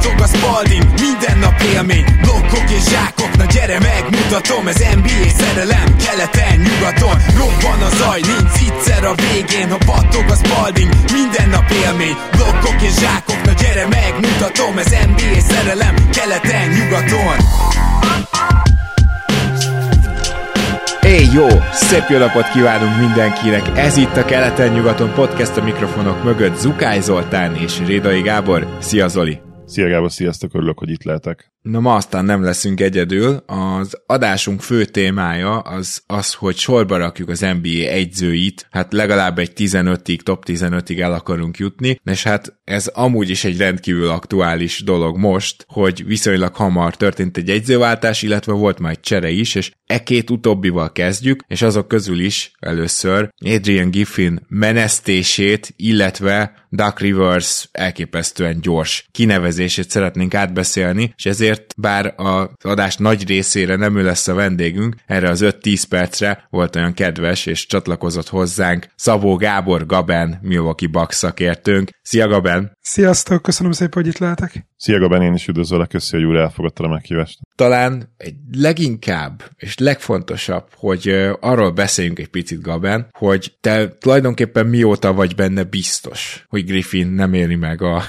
battog a Spalding, minden nap élmény, blokkok és zsákok, na gyere megmutatom, ez NBA szerelem, keleten, nyugaton, robban a zaj, nincs egyszer a végén, ha battog a Spalding, minden nap élmény, blokkok és zsákok, na gyere megmutatom, ez NBA szerelem, keleten, nyugaton. Jó! Szép jó napot kívánunk mindenkinek! Ez itt a Keleten-nyugaton podcast, a mikrofonok mögött Zukály Zoltán és Rédai Gábor. Szia Zoli! Szia Gábor, sziasztok, örülök, hogy itt lehetek. Na ma aztán nem leszünk egyedül. Az adásunk fő témája az, hogy sorba rakjuk az NBA egyzőit, hát legalább egy 15-ig, top 15-ig el akarunk jutni, és hát ez amúgy is egy rendkívül aktuális dolog most, hogy viszonylag hamar történt egy egyzőváltás, illetve volt majd csere is, és két utóbbival kezdjük, és azok közül is először Adrian Griffin menesztését, illetve Doc Rivers elképesztően gyors kinevezését szeretnénk átbeszélni, és ezért bár az adás nagy részére nem ő lesz a vendégünk, erre az 5-10 percre volt olyan kedves, és csatlakozott hozzánk Szabó Gábor Gaben, Milwaukee Bucks szakértőnk. Szia Gaben! Sziasztok, köszönöm szépen, hogy itt lehetek. Szia Gaben, én is üdvözöllek, köszi, hogy újra elfogadtad a meghívást. Talán leginkább és legfontosabb, hogy arról beszéljünk egy picit, Gaben, hogy te tulajdonképpen mióta vagy benne biztos, hogy Griffin nem éri meg a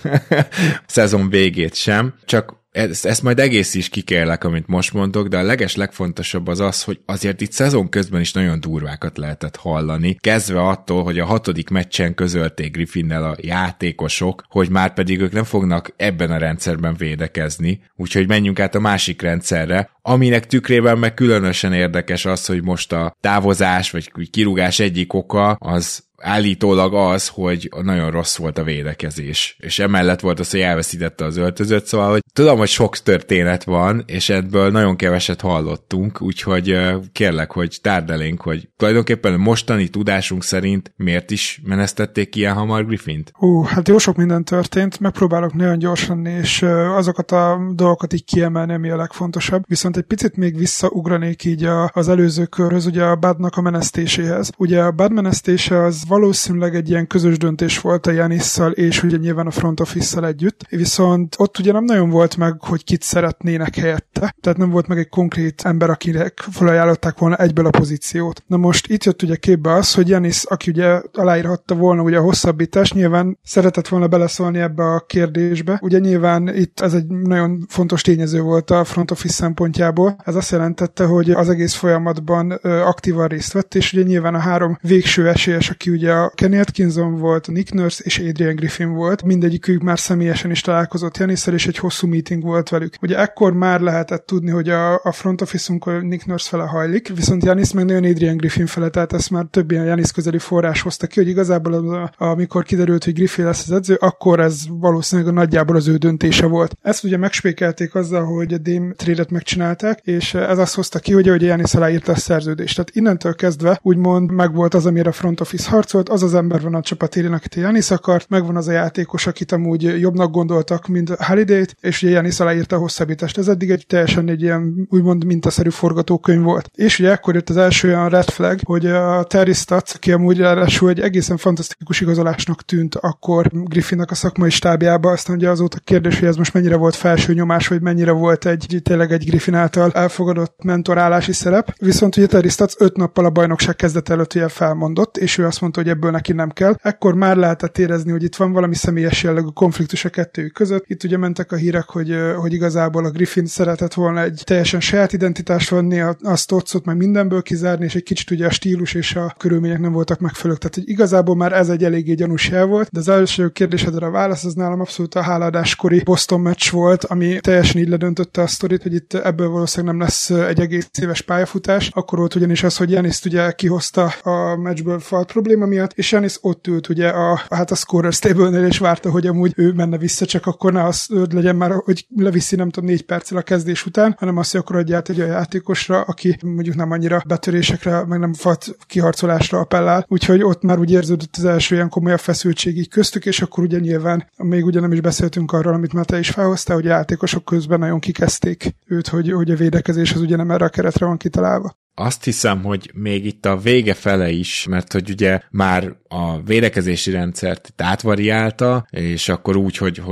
szezon végét sem, csak ezt majd egész is kikérlek, amit most mondok, de a legfontosabb az, hogy azért itt szezon közben is nagyon durvákat lehetett hallani, kezdve attól, hogy a 6. meccsen közölték Griffinnel a játékosok, hogy már pedig ők nem fognak ebben a rendszerben védekezni, úgyhogy menjünk át a másik rendszerre, aminek tükrében meg különösen érdekes az, hogy most a távozás vagy kirúgás egyik oka az állítólag az, hogy nagyon rossz volt a védekezés, és emellett volt az, hogy elveszítette az öltözőt, szóval hogy tudom, hogy sok történet van, és ebből nagyon keveset hallottunk, úgyhogy kérlek, hogy tárd elénk, hogy tulajdonképpen a mostani tudásunk szerint miért is menesztették ilyen hamar Griffint? Hát jó sok minden történt, megpróbálok nagyon gyorsan, és azokat a dolgokat így kiemelni, ami a legfontosabb, viszont egy picit még visszaugranék így az előző körhöz, ugye a Budnak a menesztéséhez. Ugye a Bud menesztése az valószínűleg egy ilyen közös döntés volt a Giannisszal, és ugye nyilván a front office-szal együtt, viszont ott ugye nem nagyon volt meg, hogy kit szeretnének helyette, tehát nem volt meg egy konkrét ember, akinek felajánlották volna egyből a pozíciót. Na most itt jött ugye képbe az, hogy Giannis, aki ugye aláírhatta volna ugye a hosszabbítást, nyilván szeretett volna beleszólni ebbe a kérdésbe. Ugye nyilván itt ez egy nagyon fontos tényező volt a front office szempontjából. Ez azt jelentette, hogy az egész folyamatban aktívan részt vett, és ugye nyilván a 3 végső esélyes, aki ugye a Kenny Atkinson volt, a Nick Nurse és Adrian Griffin volt. Mindegyikük már személyesen is találkozott Giannisszel, és egy hosszú meeting volt velük. Ugye ekkor már lehetett tudni, hogy a front office-unk Nick Nurse fele hajlik, viszont Giannis meg nagyon Adrian Griffin fele, tehát ezt már több ilyen Giannis közeli forrás hozta ki, hogy igazából amikor kiderült, hogy Griffin lesz az edző, akkor ez valószínűleg nagyjából az ő döntése volt. Ezt ugye megspékelték azzal, hogy a Dame trade-et megcsinálták, és ez azt hozta ki, hogy Giannis aláírta a szerződést. Tehát innentől kezdve úgymond megvolt az, amire a front office harcolt, az az ember van a csapat élén, akit Giannis akart, megvan az a játékos, akit amúgy jobbnak gondoltak, mint Holiday-t, és ugye Giannis aláírta a hosszabbítást. Ez eddig egy ilyen úgymond mintaszerű forgatókönyv volt. És ugye ekkor jött az első olyan red flag, hogy a Terry Stotts, aki amúgy ráadásul egy egészen fantasztikus igazolásnak tűnt akkor Griffinnak a szakmai stábjába, aztán ugye azóta kérdés, hogy ez most mennyire volt felső nyomás, vagy mennyire volt tényleg egy Griffin által elfogadott mentorálási szerep. Viszont ugye Terry Stotts 5 nappal a bajnokság kezdet előtt ugye felmondott, és ő azt mondta, hogy ebből neki nem kell. Ekkor már lehetett érezni, hogy itt van valami személyes jellegű konfliktus a kettőjük között. Itt ugye mentek a hírek, hogy igazából a Griffin szeretett volna egy teljesen saját identitást venni, a Stottsot meg mindenből kizárni, és egy kicsit ugye a stílus és a körülmények nem voltak megfelelők. Tehát hogy igazából már ez egy eléggé gyanús jel volt, de az első kérdésedre a válasz az nálam abszolút a háladáskori Boston meccs volt, ami teljesen így ledöntötte a sztorit, hogy itt ebből valószínűleg nem lesz egy egész éves pályafutás. Akkor volt ugyanis az, hogy Giannis ugye kihozta a meccsből falt probléma miatt, és Giannis ott ült ugye a scorer stable-nél, és várta, hogy amúgy ő menne vissza, csak akkor ne az legyen már, hogy leviszi nem tudom 4 perccel a kezdés után, hanem azt, hogy akkor adja át egy olyan játékosra, aki mondjuk nem annyira betörésekre, meg nem falt kiharcolásra appellál. Úgyhogy ott már úgy érződött az első ilyen komolyabb feszültség így köztük, és akkor ugye nyilván még ugye nem is beszéltünk arról, amit már te is felhoztál, hogy a játékosok közben nagyon kikezdték őt, hogy a védekezés az ugye nem erre a keretre van kitalálva. Azt hiszem, hogy még itt a vége fele is, mert hogy ugye már a védekezési rendszert átvariálta, és akkor úgy, hogy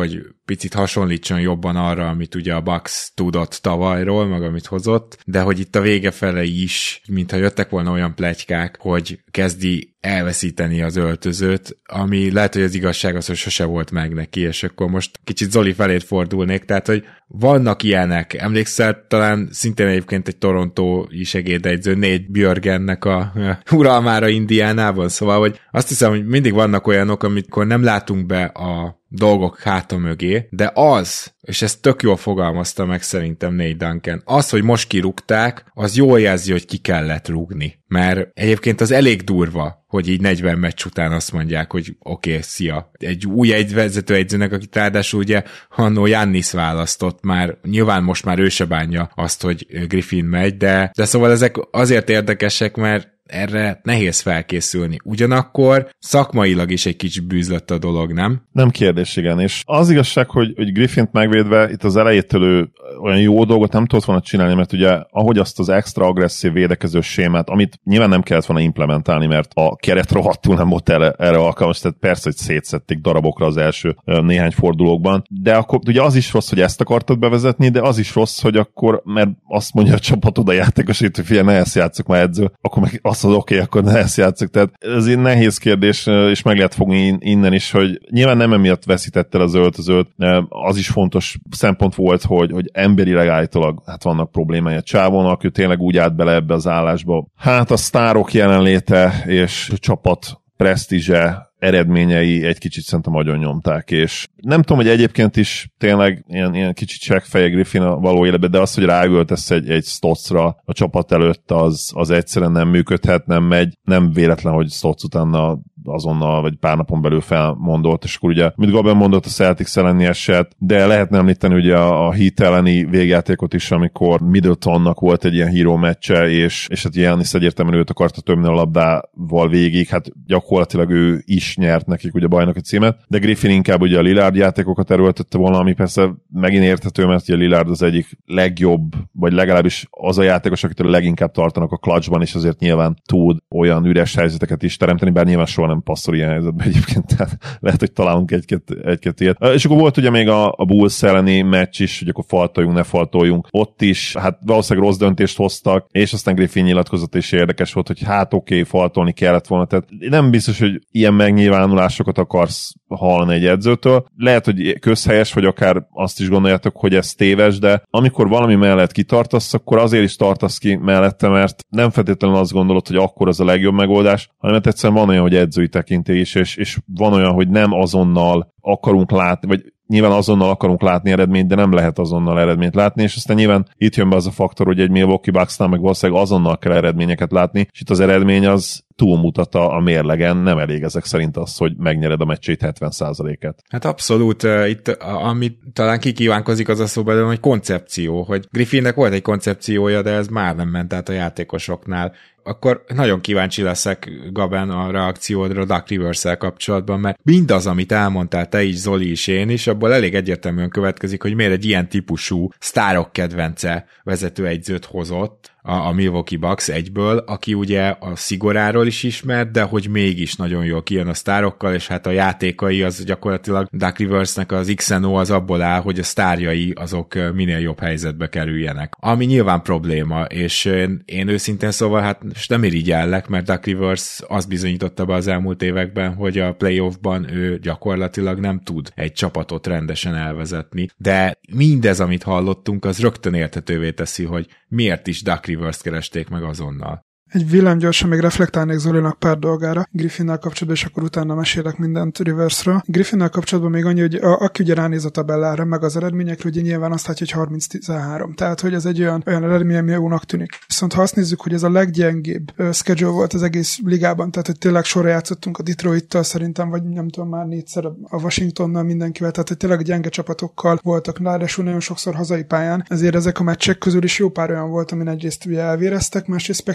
picit hasonlítson jobban arra, amit ugye a Bucks tudott tavalyról, meg amit hozott, de hogy itt a vége fele is, mintha jöttek volna olyan pletykák, hogy kezdi elveszíteni az öltözőt, ami lehet, hogy az igazság az, hogy sose volt meg neki, és akkor most kicsit Zoli felét fordulnék, tehát, hogy vannak ilyenek. Emlékszel, talán szintén egyébként egy torontói segédegyző, Nate Björgennek a uralmára Indiánában, szóval, hogy azt hiszem, hogy mindig vannak olyanok, amikor nem látunk be a dolgok háta mögé, de az, és ezt tök jól fogalmazta meg szerintem Nate Duncan, az, hogy most kirúgták, az jól jelzi, hogy ki kellett rúgni. Mert egyébként az elég durva, hogy így 40 meccs után azt mondják, hogy oké, szia. Egy új vezetőegyzőnek, akit ráadásul ugye annó Giannis választott, már nyilván most már ő se bánja azt, hogy Griffin megy, de szóval ezek azért érdekesek, mert erre nehéz felkészülni. Ugyanakkor szakmailag is egy kicsit bűzlött a dolog, nem? Nem kérdés, igen. És az igazság, hogy Griffint megvédve itt az elejétől ő olyan jó dolgot nem tudott volna csinálni, mert ugye ahogy azt az extra agresszív védekező sémát, amit nyilván nem kellett volna implementálni, mert a keret rohadtul nem volt erre alkalmas, tehát persze, hogy szétszették darabokra az első néhány fordulókban, de akkor ugye az is rossz, hogy ezt akartad bevezetni, de az is rossz, hogy akkor, mert azt mondja a csapatod a játékosít, hogy figyelj, ne ezt játsszuk már edző, akkor meg azt az oké, akkor ne ezt játsszuk. Tehát ez egy nehéz kérdés, és meg lehet fogni innen is, hogy nyilván nem emiatt veszített el az öltözőt, az is fontos szempont volt, hogy emberileg állítólag hát vannak problémái a csávónak, ő tényleg úgy állt bele ebbe az állásba. Hát a sztárok jelenléte és a csapat presztízse, eredményei egy kicsit szerintem nagyon nyomták, és nem tudom, hogy egyébként is tényleg ilyen kicsit seggfeje Griffin a való életben, de az, hogy ráültesz egy Stotzra a csapat előtt, az egyszerűen nem működhet, nem megy, nem véletlen, hogy Stotz utána azonnal, vagy pár napon belül felmondolt, és akkor ugye, mit Gaben mondott, a Celtics elleni eset, de lehetne említeni ugye a Heat elleni végjátékot is, amikor Middletonnak volt egy ilyen hero meccse, és hát Giannis egyértelműen őt akarta többni a labdával végig, hát gyakorlatilag ő is nyert nekik ugye a bajnoki címet, de Griffin inkább ugye a Lillard játékokat erőltette volna, ami persze megint érthető, mert ugye Lillard az egyik legjobb, vagy legalábbis az a játékos, akitől leginkább tartanak a clutchban, és azért nyilván tud olyan üres helyzeteket is teremteni, bár nyilván soha nem passzol ilyen helyzetben egyébként, tehát lehet, hogy találunk egy-két ilyet. És akkor volt ugye még a Bulls elleni meccs is, hogy akkor faltoljunk, ne faltoljunk. Ott is, hát valószínűleg rossz döntést hoztak, és aztán Griffin nyilatkozat is érdekes volt, hogy hát oké, faltolni kellett volna. Tehát nem biztos, hogy ilyen megnyilvánulásokat akarsz hallani egy edzőtől. Lehet, hogy közhelyes, vagy akár azt is gondoljátok, hogy ez téves, de amikor valami mellett kitartasz, akkor azért is tartasz ki mellette, mert nem feltétlenül azt gondolod, hogy akkor az a legjobb megoldás, hanem egyszerűen van olyan, hogy edzői tekintély is, és van olyan, hogy nem azonnal akarunk látni, vagy nyilván azonnal akarunk látni eredményt, de nem lehet azonnal eredményt látni, és aztán nyilván itt jön be az a faktor, hogy egy Milwaukee Bucksnál meg valószínűleg azonnal kell eredményeket látni, és itt az eredmény az túlmutat a mérlegen, nem elég ezek szerint az, hogy megnyered a meccsét 70%-et. Hát abszolút, itt amit talán kikívánkozik az a szó belőle, hogy koncepció, hogy Griffinnek volt egy koncepciója, de ez már nem ment át a játékosoknál. Akkor nagyon kíváncsi leszek, Gaben, a reakciódra Doc Rivers-szel kapcsolatban, mert mindaz, amit elmondtál te is, Zoli is, én is, abból elég egyértelműen következik, hogy miért egy ilyen típusú sztárok kedvence vezetőegyzőt hozott a Milwaukee Bucks egyből, aki ugye a szigoráról is ismert, de hogy mégis nagyon jól kijön a sztárokkal, és hát a játékai az gyakorlatilag Doc Riversnek az XNO az abból áll, hogy a sztárjai azok minél jobb helyzetbe kerüljenek. Ami nyilván probléma, és én őszintén szóval hát nem irigyellek, mert Doc Rivers azt bizonyította be az elmúlt években, hogy a playoffban ő gyakorlatilag nem tud egy csapatot rendesen elvezetni, de mindez, amit hallottunk, az rögtön érthetővé teszi, hogy miért is Doc Rivers-t keresték meg azonnal. Egy villámgyorsan még reflektálnék Zolinak pár dolgára Griffinnel kapcsolatban, és akkor utána mesélek mindent Riversről. Griffinnel kapcsolatban még annyi, hogy aki ugye ránéz a tabellára, meg az eredményekre, ugye nyilván azt látja, hogy 30-13. Tehát, hogy ez egy olyan eredmény, ami jónak tűnik. Viszont ha azt nézzük, hogy ez a leggyengébb schedule volt az egész ligában, tehát, hogy tényleg sorra játszottunk a Detroit-tal szerintem, vagy nem tudom, már 4-szer a Washingtonnal mindenkivel, tehát, hogy tényleg gyenge csapatokkal voltak, ráadásul nagyon sokszor hazai pályán. Ezért ezek a meccsek közül is jó pár olyan volt, amin egyrészt ugye elvéreztek, másrészt meg tényleg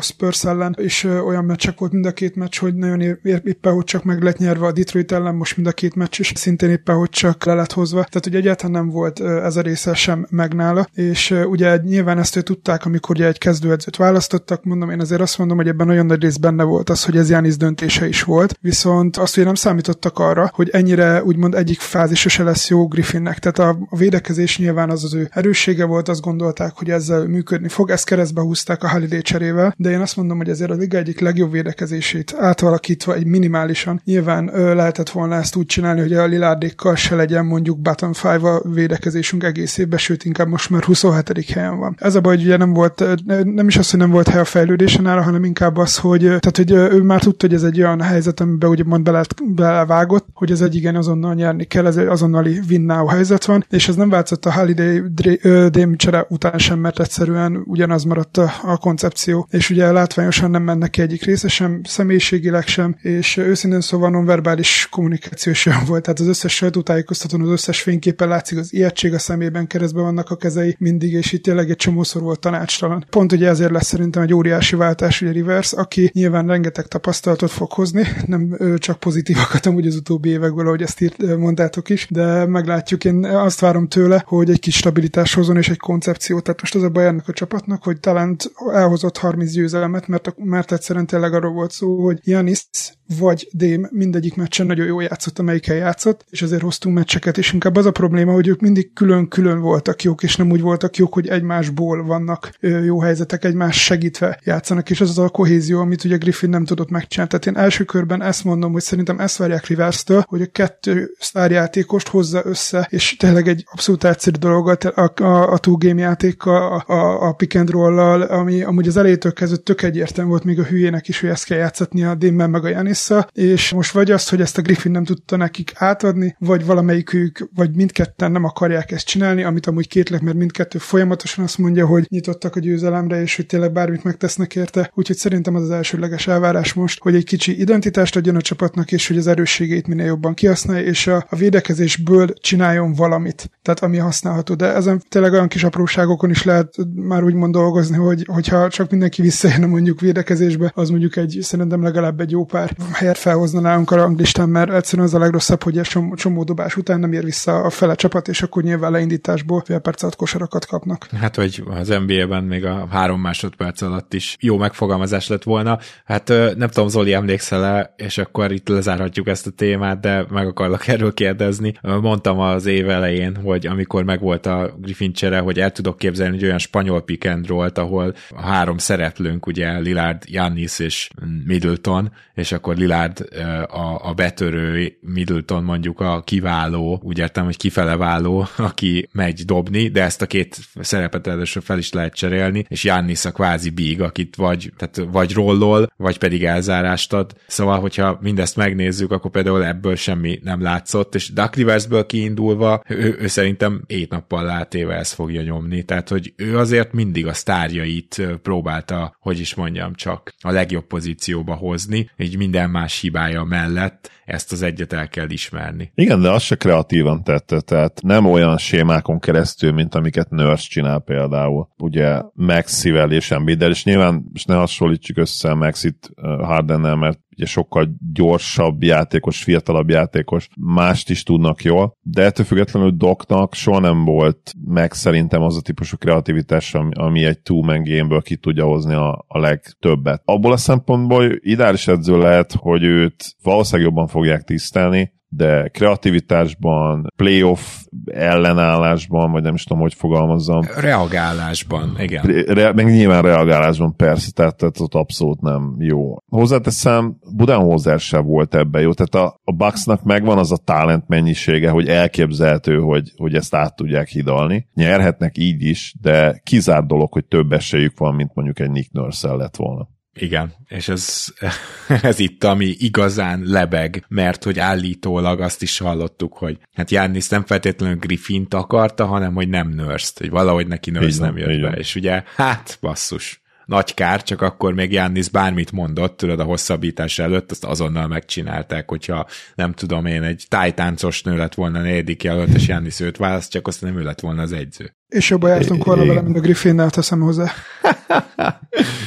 a Spurs ellen, és olyan meccsek volt mind a két meccs, hogy nagyon éppen hogy csak meg lett nyerve, a Detroit ellen most mind a két meccs is szintén éppen hogy csak le lett hozva. Tehát ugye egyáltalán nem volt ez a része sem meg nála, és ugye nyilván ezt tudták, amikor ugye egy kezdőedzőt választottak, mondom, én azért azt mondom, hogy ebben nagyon nagy rész benne volt az, hogy ez Giannis döntése is volt, viszont azt ugye nem számítottak arra, hogy ennyire úgymond egyik fázisa se lesz jó Griffinnek. Tehát a védekezés nyilván az ő erőssége volt, azt gondolták, hogy ezzel működni fog, ezt keresztbe húzták a Holiday cserével, de én azt mondom, hogy azért a liga egyik legjobb védekezését átalakítva egy minimálisan nyilván lehetett volna ezt úgy csinálni, hogy a Lillardékkal se legyen mondjuk bottom 5 a védekezésünk egész évben, sőt inkább most már 27. helyen van. Ez a baj, hogy ugye nem is az, hogy nem volt hely a fejlődésen ára, hanem inkább az, hogy ő már tudta, hogy ez egy olyan helyzet, amiben ugye mond belevágott, hogy ez egy igen azonnal nyerni kell, ez egy azonnali win now helyzet van, és ez nem változott a Holiday Dame csere után sem, mert egyszerűen ugyanaz maradt a koncepció, és ugye látványosan nem mennek ki egyik része sem, személyiségileg sem, és őszintén szóval nonverbális kommunikáció sem volt, tehát az összes sajtótájékoztatón, az összes fényképen látszik az ijegység a szemében, keresztbe vannak a kezei mindig, és itt tényleg egy csomószor volt tanácstalan. Pont ugye ezért lesz szerintem egy óriási váltás, ugye Rivers, aki nyilván rengeteg tapasztalatot fog hozni, nem csak pozitívakat amúgy az utóbbi évekből, ahogy ezt mondtátok is, de meglátjuk, én azt várom tőle, hogy egy kis stabilitás hozzon és egy koncepciót. Tehát most az a baj ennek a csapatnak, hogy talán elhozott 30 győzelmet, mert egyszerűen tényleg arról volt szó, hogy Giannis vagy Dame mindegyik meccsen nagyon jól játszott, amelyiken játszott, és ezért hoztunk meccseket, és inkább az a probléma, hogy ők mindig külön-külön voltak jók, és nem úgy voltak jók, hogy egymásból vannak jó helyzetek, egymás segítve játszanak, és az a kohézió, amit ugye Griffin nem tudott megcsinálni. Tehát én első körben ezt mondom, hogy szerintem ezt várják Rivers-től, hogy a kettő sztárjátékost hozza össze, és tényleg egy abszolút egyszerű dolgot a two-game játékkal, a pick and roll-lal, ami amúgy az elejétől kezdve tök egyértelmű volt még a hülyének is, hogy ezt kell játszatni a Dame-mel meg a Giannissal, és most vagy azt, hogy ezt a Griffin nem tudta nekik átadni, vagy valamelyikük, vagy mindketten nem akarják ezt csinálni, amit amúgy kétlek, mert mindkettő folyamatosan azt mondja, hogy nyitottak a győzelemre, és hogy tényleg bármit megtesznek érte. Úgyhogy szerintem az elsődleges elvárás most, hogy egy kicsi identitást adjon a csapatnak, és hogy az erősségeit minél jobban kihasználja, és a védekezésből csináljon valamit. Tehát ami használható. De ezen tényleg olyan kis apróságokon is lehet már úgymond dolgozni, hogyha csak mindenki visszajönne mondjuk védekezésbe, az mondjuk szerintem legalább egy jó pár helyet felhozna nálunk a ranglistán, mert egyszerűen az a legrosszabb, hogy egy csomó dobás után nem ér vissza a fele csapat, és akkor nyilván leindításból fél perc alatt kosarakat kapnak. Hát, vagy az NBA-ben még a 3 másodperc alatt is jó megfogalmazás lett volna. Hát nem tudom, Zoli, emlékszel-e, és akkor itt lezárhatjuk ezt a témát, de meg akarlak erről kérdezni. Mondtam az év elején, hogy amikor megvolt a Griffin csere, hogy el tudok képzelni egy olyan spanyol pick and roll-t, ahol a 3 szereplőnk, ugye Lillard, Giannis és Middleton, és akkor Lillard a betörő, Middleton mondjuk a kiváló, úgy értem, hogy kifele váló, aki megy dobni, de ezt a két szerepet először fel is lehet cserélni, és Giannis a kvázi big, akit vagy rollol, vagy pedig elzárást ad. Szóval, hogyha mindezt megnézzük, akkor például ebből semmi nem látszott, és Doug Riversből kiindulva, ő szerintem 7 nappal látéve ezt fogja nyomni, tehát, hogy ő azért mindig a sztárjait próbálta, hogy is mondjam, csak a legjobb pozícióba hozni, így minden más hibája mellett ezt az egyet el kell ismerni. Igen, de az se kreatívan tette, tehát nem olyan sémákon keresztül, mint amiket Nurse csinál például. Ugye Maxivel és Embiiddel, és nyilván és ne hasonlítsuk össze Maxit Hardennel, mert ugye sokkal gyorsabb játékos, fiatalabb játékos, mást is tudnak jól, de ettől függetlenül Docnak soha nem volt meg szerintem az a típusú kreativitás, ami egy two-man game-ből ki tudja hozni a legtöbbet. Abból a szempontból ideális edző lehet, hogy őt valószínűleg jobban fogják tisztelni, de kreativitásban, playoff ellenállásban, vagy nem is tudom, hogy fogalmazzam. Reagálásban, igen. Meg nyilván reagálásban persze, tehát ott abszolút nem jó. Hozzáteszem, Budenholzer sem volt ebben jó, tehát a Bucksnak megvan az a talent mennyisége, hogy elképzelhető, hogy ezt át tudják hidalni. Nyerhetnek így is, de kizárt dolog, hogy több esélyük van, mint mondjuk egy Nick Nurse-el lett volna. Igen, és ez itt, ami igazán lebeg, mert hogy állítólag azt is hallottuk, hogy hát Giannis nem feltétlenül Griffint akarta, hanem hogy nem Nurse-t, hogy valahogy neki Nurse nem jött be, és ugye, hát basszus, nagy kár, csak akkor még Giannis bármit mondott, tudod, a hosszabbítás előtt, azt azonnal megcsinálták, hogyha nem tudom én, egy tájtáncos nő lett volna a 4. jelölt, és Giannis őt választ, csak azt nem ő lett volna az edző. És jobban jártunk volna vele, mint a Griffinnel, teszem hozzá.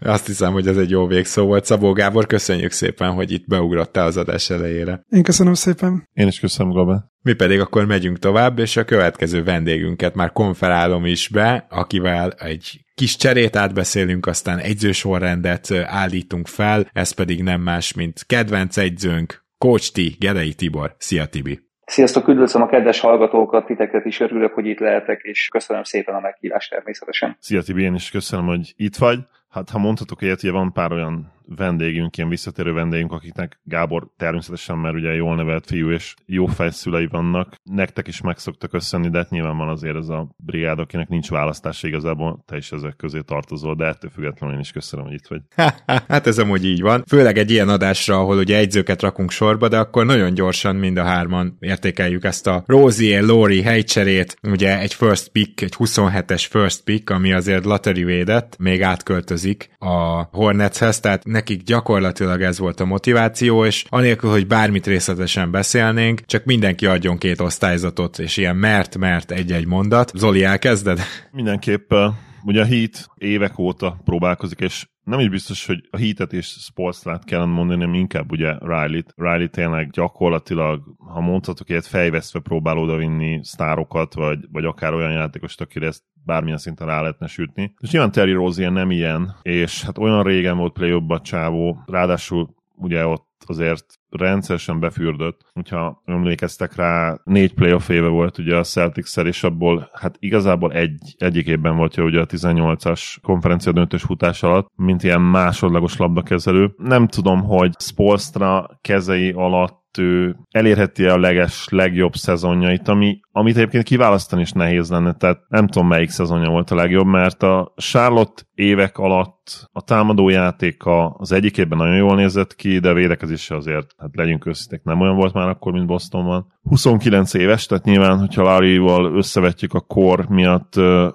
Azt hiszem, hogy ez egy jó végszó volt. Szabó Gábor, köszönjük szépen, hogy itt beugrottál az adás elejére. Én köszönöm szépen. Én is köszönöm, Gabi. Mi pedig akkor megyünk tovább, és a következő vendégünket már konferálom is be, akivel egy kis cserét átbeszélünk, aztán egyzősorrendet állítunk fel, ez pedig nem más, mint kedvenc egyzőnk, Coach T, Gedei Tibor. Szia, Tibi! Sziasztok, üdvözlöm a kedves hallgatókat, titeket is örülök, hogy itt lehetek, és köszönöm szépen a meghívást természetesen. Szia, Tibi, én is köszönöm, hogy itt vagy. Hát, ha mondhatok ilyet, ugye van pár olyan vendégünk, ilyen visszatérő vendégünk, akiknek Gábor természetesen, mert ugye jól nevelt fiú, és jó fejszülei vannak. Nektek is meg szoktak köszönni, de nyilván van azért ez a brigád, akinek nincs választása igazából, te is ezek közé tartozol, de ettől függetlenül én is köszönöm, hogy itt vagy. Hát ez amúgy így van. Főleg egy ilyen adásra, ahol ugye egyzőket rakunk sorba, de akkor nagyon gyorsan mind a hárman értékeljük ezt a Rozier-Lowry helycserét. Ugye egy first pick, egy 27-es first pick, ami azért lottery védett, még átköltözik a Hornetshez, tehát nekik gyakorlatilag ez volt a motiváció, és anélkül, hogy bármit részletesen beszélnénk, csak mindenki adjon 2 osztályzatot, és ilyen mert egy-egy mondat. Zoli, elkezded? Mindenképp ugye a Heat évek óta próbálkozik, és nem is biztos, hogy a Heatet és Spoelstrát kellene mondani, hanem inkább ugye Riley-t. Riley tényleg gyakorlatilag, ha mondhatok ilyet, fejvesztve próbál odavinni sztárokat, vagy akár olyan játékost, akire ezt bármilyen szinten rá lehetne sütni. És nyilván Terry Rozier nem ilyen, és hát olyan régen volt play-off a csávó, ráadásul ugye ott azért rendszeresen befürdött, hogyha emlékeztek rá, 4 playoff éve volt ugye a Celtics-szel, és abból hát igazából egyik évben volt ugye a 18-as konferencia döntős futás alatt, mint ilyen másodlagos labdakezelő. Nem tudom, hogy Spoelstra kezei alatt ő elérheti a legjobb szezonjait, amit egyébként kiválasztani is nehéz lenne, tehát nem tudom, melyik szezonja volt a legjobb, mert a Charlotte évek alatt a támadójátéka az egyik évben nagyon jól nézett ki, de védekezése azért, hát legyünk őszinték, nem olyan volt már akkor, mint Bostonban. 29 éves, tehát nyilván, hogyha Larry-val összevetjük a kor miatt,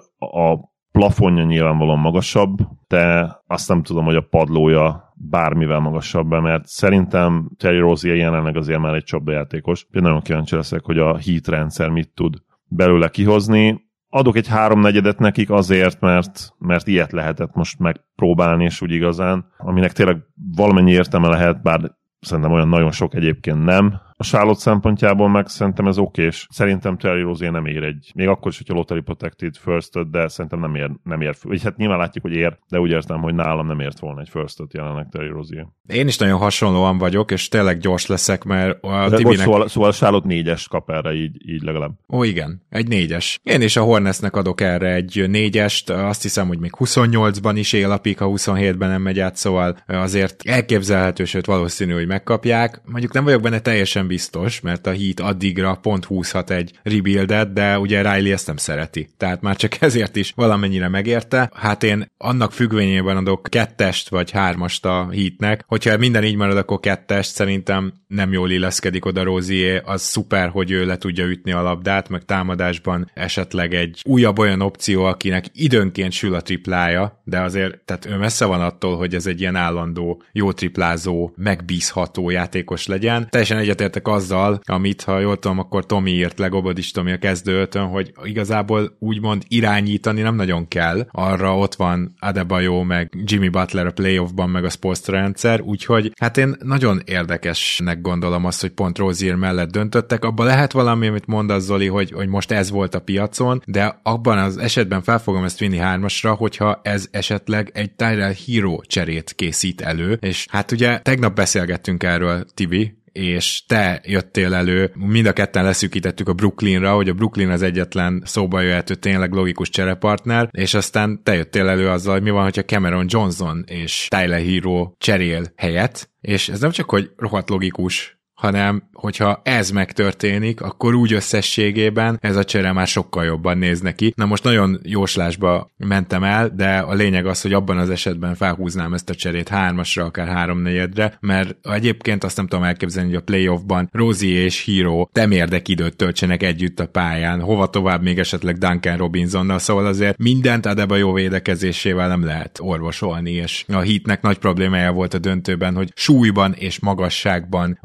a plafonja nyilvánvalóan magasabb, de azt nem tudom, hogy a padlója bármivel magasabb, mert szerintem Terry Rozier jelenleg azért már egy csapdajátékos. Én nagyon kíváncsi leszek, hogy a Heat rendszer mit tud belőle kihozni. Adok egy 3/4 nekik azért, mert ilyet lehetett most megpróbálni, és úgy igazán, aminek tényleg valamennyi értelme lehet, bár szerintem olyan nagyon sok egyébként nem. A Charlotte szempontjából meg szerintem ez oké, és szerintem Terry Rozier nem ér még akkor is, hogyha Lottery Protected first-öt, de szerintem nem ér. Vagy hát nyilván látjuk, hogy ér, de úgy értem, hogy nálam nem ért volna egy first-öt jelenleg Terry Rozier. Én is nagyon hasonlóan vagyok, és tényleg gyors leszek, mert a Tibinek... Szóval a Charlotte 4-est kap erre így legalább. Ó, igen, egy 4-es. Én is a Hornetsnek adok erre egy 4-est, azt hiszem, hogy még 28-ban is él a pick, ha 27-ben nem megy át, szóval azért elképzelhető, sőt valószínű, hogy megkapják. Mondjuk nem vagyok benne teljesen biztos, mert a Heat addigra pont húzhat egy rebuildet, de ugye Riley ezt nem szereti. Tehát már csak ezért is valamennyire megérte. Hát én annak függvényében adok 2-est vagy 3-ast a Heatnek. Hogyha minden így marad, akkor 2-est, szerintem nem jól illeszkedik oda Rozier, az szuper, hogy ő le tudja ütni a labdát, meg támadásban esetleg egy újabb olyan opció, akinek időnként sül a triplája, de azért, tehát ő messze van attól, hogy ez egy ilyen állandó, jó triplázó, megbízható játékos legyen. Teljesen egyetértek azzal, amit, ha jól tudom, akkor Tomi írt le, Gobodis Tomi a kezdőtön, hogy igazából úgymond irányítani nem nagyon kell. Arra ott van Adebayo, meg Jimmy Butler a playoffban, meg a Spoelstra rendszer, úgyhogy hát én nagyon érdekesnek gondolom azt, hogy pont Rozier mellett döntöttek. Abban lehet valami, amit mondasz, Zoli, hogy most ez volt a piacon, de abban az esetben fel fogom ezt vinni 3-asra, hogyha ez esetleg egy Tyrell Hero cserét készít elő, és hát ugye tegnap beszélgettünk erről, Tibi, és te jöttél elő, mind a ketten leszűkítettük a Brooklynra, hogy a Brooklyn az egyetlen szóba jöhető tényleg logikus cserepartner, és aztán te jöttél elő azzal, hogy mi van, hogyha Cameron Johnson és Tyler Hero cserél helyet, és ez nem csak, hogy rohadt logikus, hanem hogyha ez megtörténik, akkor úgy összességében ez a csere már sokkal jobban néz neki. Na most nagyon jóslásba mentem el, de a lényeg az, hogy abban az esetben felhúznám ezt a cserét 3-asra, akár 3/4-re, mert egyébként azt nem tudom elképzelni, hogy a playoffban Rozier és Hero temérdek időt töltsenek együtt a pályán, hova tovább még esetleg Duncan Robinsonnal, szóval azért mindent Adebayo védekezésével nem lehet orvosolni, és a Heatnek nagy problémája volt a döntőben, hogy súlyban és magasságban azt nem tudták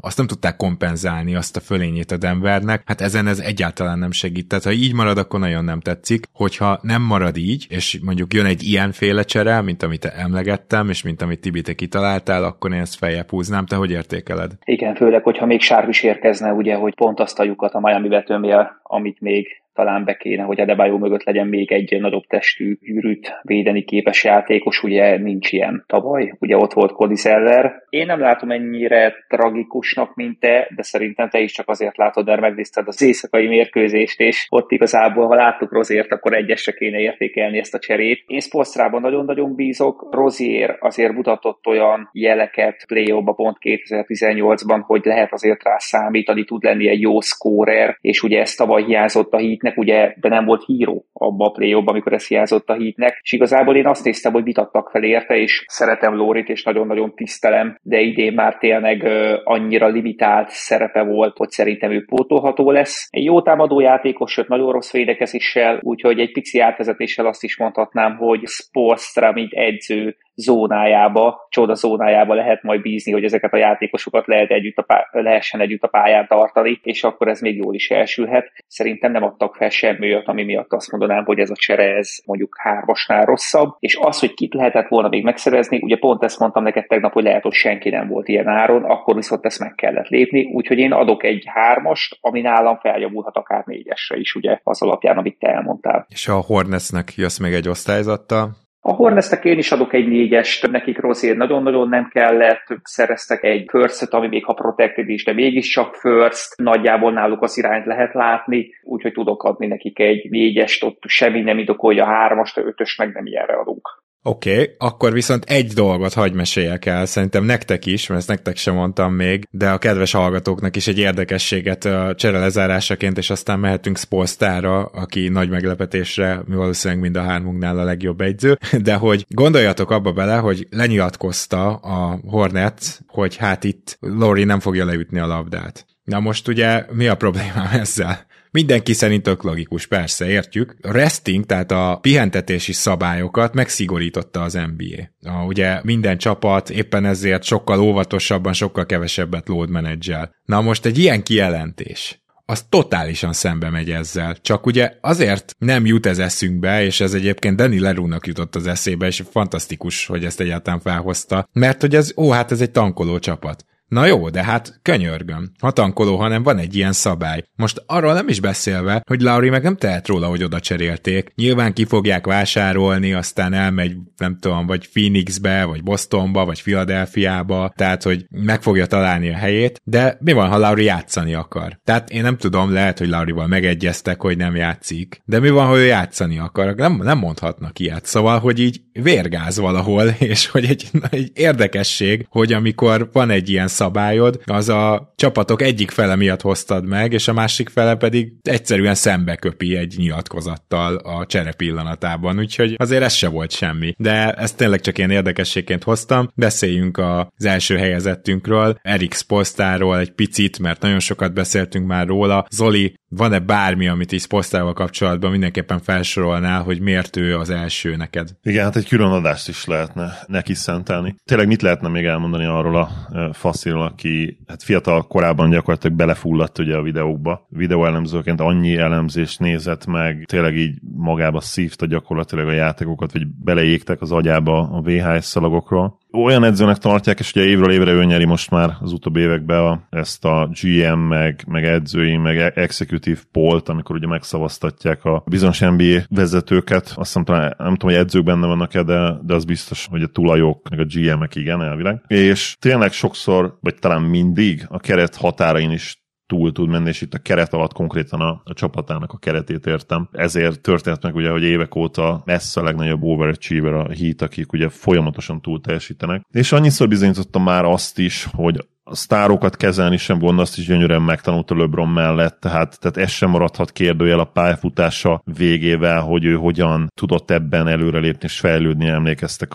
tudták kompenzálni azt a fölényét a Denvernek, hát ezen ez egyáltalán nem segít. Tehát ha így marad, akkor nagyon nem tetszik. Hogyha nem marad így, és mondjuk jön egy ilyenféle csere, mint amit emlegettem, és mint amit Tibi, te kitaláltál, akkor én ezt feljebb húznám. Te hogy értékeled? Igen, főleg, hogyha még Sharp is érkezne, ugye, hogy pont azt a lyukat a Miami betömje, amit még talán be kéne, hogy Adebayo mögött legyen még egy nagyobb testű, gyűrűt védeni képes játékos, ugye nincs ilyen tavaly, ugye ott volt Cody Zeller. Én nem látom ennyire tragikusnak, mint te, de szerintem te is csak azért látod, mert megnézted az éjszakai mérkőzést, és ott igazából, ha láttuk Rozért, akkor egyesre kéne értékelni ezt a cserét. Én Spoelstrában nagyon-nagyon bízok. Rozier azért mutatott olyan jeleket play-offba pont 2018-ban, hogy lehet azért rá számítani, tud lenni egy jó scorer, és ugye ezt tavaly hiányzott a Heatnek, ugye, de nem volt híró abba a play-offban, amikor ez hiányzott a Heatnek, és igazából én azt néztem, hogy vitattak fel érte, és szeretem Laurit, és nagyon-nagyon tisztelem, de idén már tényleg annyira limitált szerepe volt, hogy szerintem ő pótolható lesz. Egy jó támadó játékos, sőt nagyon rossz védekezéssel, úgyhogy egy pici átvezetéssel azt is mondhatnám, hogy Spoelstra, mint edző zónájába, csoda zónájába lehet majd bízni, hogy ezeket a játékosokat lehessen együtt a pályán tartani, és akkor ez még jól is elsülhet. Szerintem nem adtak fel semmi olyat, ami miatt azt mondanám, hogy ez a csere, ez mondjuk 3-asnál rosszabb, és az, hogy kit lehetett volna még megszerezni, ugye pont ezt mondtam neked tegnap, hogy lehet, hogy senki nem volt ilyen áron, akkor viszont ezt meg kellett lépni, úgyhogy én adok egy 3-ast, ami nálam feljavulhat akár 4-esre is, ugye, az alapján, amit te elmondtál. És a Hornetsnek jössz még egy osztályzattal? A Hornetsnek én is adok egy 4-est, nekik Rozier nagyon-nagyon nem kellett, szereztek egy first-et, ami még ha protected is, de mégiscsak first, nagyjából náluk az irányt lehet látni, úgyhogy tudok adni nekik egy 4-est, ott semmi nem indokolja 3-ast, 5-ös meg nem ilyenre adunk. Oké, akkor viszont egy dolgot hadd meséljek el, szerintem nektek is, mert ezt nektek sem mondtam még, de a kedves hallgatóknak is egy érdekességet a csere lezárásaként, és aztán mehetünk Spoelstrára, aki nagy meglepetésre, mi valószínűleg mind a hármunknál a legjobb edző, de hogy gondoljatok abba bele, hogy lenyilatkozta a Hornets, hogy hát itt Lauri nem fogja leütni a labdát. Na most ugye mi a problémám ezzel? Mindenki szerint tök logikus, persze, értjük. A resting, tehát a pihentetési szabályokat megszigorította az NBA. Ugye minden csapat éppen ezért sokkal óvatosabban, sokkal kevesebbet load manage-el. Na most egy ilyen kijelentés, az totálisan szembe megy ezzel. Csak ugye azért nem jut ez eszünkbe, és ez egyébként Danny Leroux-nak jutott az eszébe, és fantasztikus, hogy ezt egyáltalán felhozta, mert hogy ez egy tankoló csapat. Na jó, de hát könyörgöm. Ha tankoló, hanem van egy ilyen szabály. Most arról nem is beszélve, hogy Lauri meg nem tehet róla, hogy oda cserélték. Nyilván ki fogják vásárolni, aztán elmegy, nem tudom, vagy Phoenixbe, vagy Bostonba, vagy Philadelphiába, tehát, hogy meg fogja találni a helyét, de mi van, ha Lauri játszani akar? Tehát én nem tudom, lehet, hogy Laurival megegyeztek, hogy nem játszik, de mi van, ha ő játszani akar? Nem mondhatnak ilyet. Szóval, hogy így vérgáz valahol, és hogy egy érdekesség, hogy amikor van egy ilyen szabályod, az a csapatok egyik fele miatt hoztad meg, és a másik fele pedig egyszerűen szembeköpi egy nyilatkozattal a csere pillanatában, úgyhogy azért ez se volt semmi. De ezt tényleg csak ilyen érdekességként hoztam. Beszéljünk az első helyezettünkről, Erik Spoelstráról egy picit, mert nagyon sokat beszéltünk már róla. Zoli, van-e bármi, amit így Spoelstrával kapcsolatban mindenképpen felsorolnál, hogy miért ő az első neked? Igen, hát egy külön adást is lehetne neki szentelni. Tényleg mit lehetne még elmondani arról a fasziról, aki hát fiatal korában gyakorlatilag belefulladt ugye a videókba. Videóelemzőként annyi elemzést nézett meg, tényleg így magába szívta gyakorlatilag a játékokat, vagy beleégtek az agyába a VHS szalagokról. Olyan edzőnek tartják, és ugye évről évre ő nyeri most már az utóbbi években ezt a GM, meg edzői, meg executive poll-t, amikor ugye megszavaztatják a bizonyos NBA vezetőket. Azt hiszem, talán, nem tudom, hogy edzők benne vannak-e, de az biztos, hogy a tulajok, meg a GM-ek igen, elvileg. És tényleg sokszor, vagy talán mindig a keret határain is túl tud menni, és itt a keret alatt konkrétan a csapatának a keretét értem. Ezért történt meg ugye, hogy évek óta messze a legnagyobb overachiever a Heat, akik ugye folyamatosan túl teljesítenek. És annyiszor bizonyítottam már azt is, hogy a sztárokat kezelni sem gond, azt is gyönyörűen megtanulta LeBron mellett, tehát ez sem maradhat kérdőjel a pályafutása végével, hogy ő hogyan tudott ebben előrelépni és fejlődni, emlékeztek a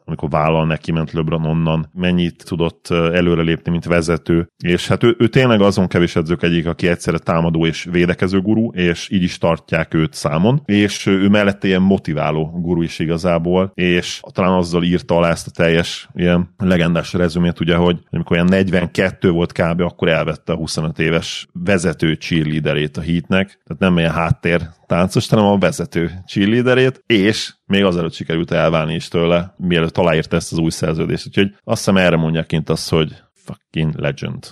amikor vállal neki ment LeBron onnan, mennyit tudott előrelépni, mint vezető, és hát ő tényleg azon kevés edzők egyik, aki egyszerre támadó és védekező guru, és így is tartják őt számon, és ő mellette ilyen motiváló guru is igazából, és talán azzal írta alá ezt a teljes ilyen legendás rezümét, ugye, hogy amikor olyan 42 volt kb., akkor elvette a 25 éves vezető cheerleaderét a Heatnek, tehát nem ilyen háttér táncos, hanem a vezető cheerleaderét, és még azelőtt sikerült elválni is tőle, mielőtt aláírta ezt az új szerződést. Úgyhogy azt hiszem erre mondják kint azt, hogy fucking legend.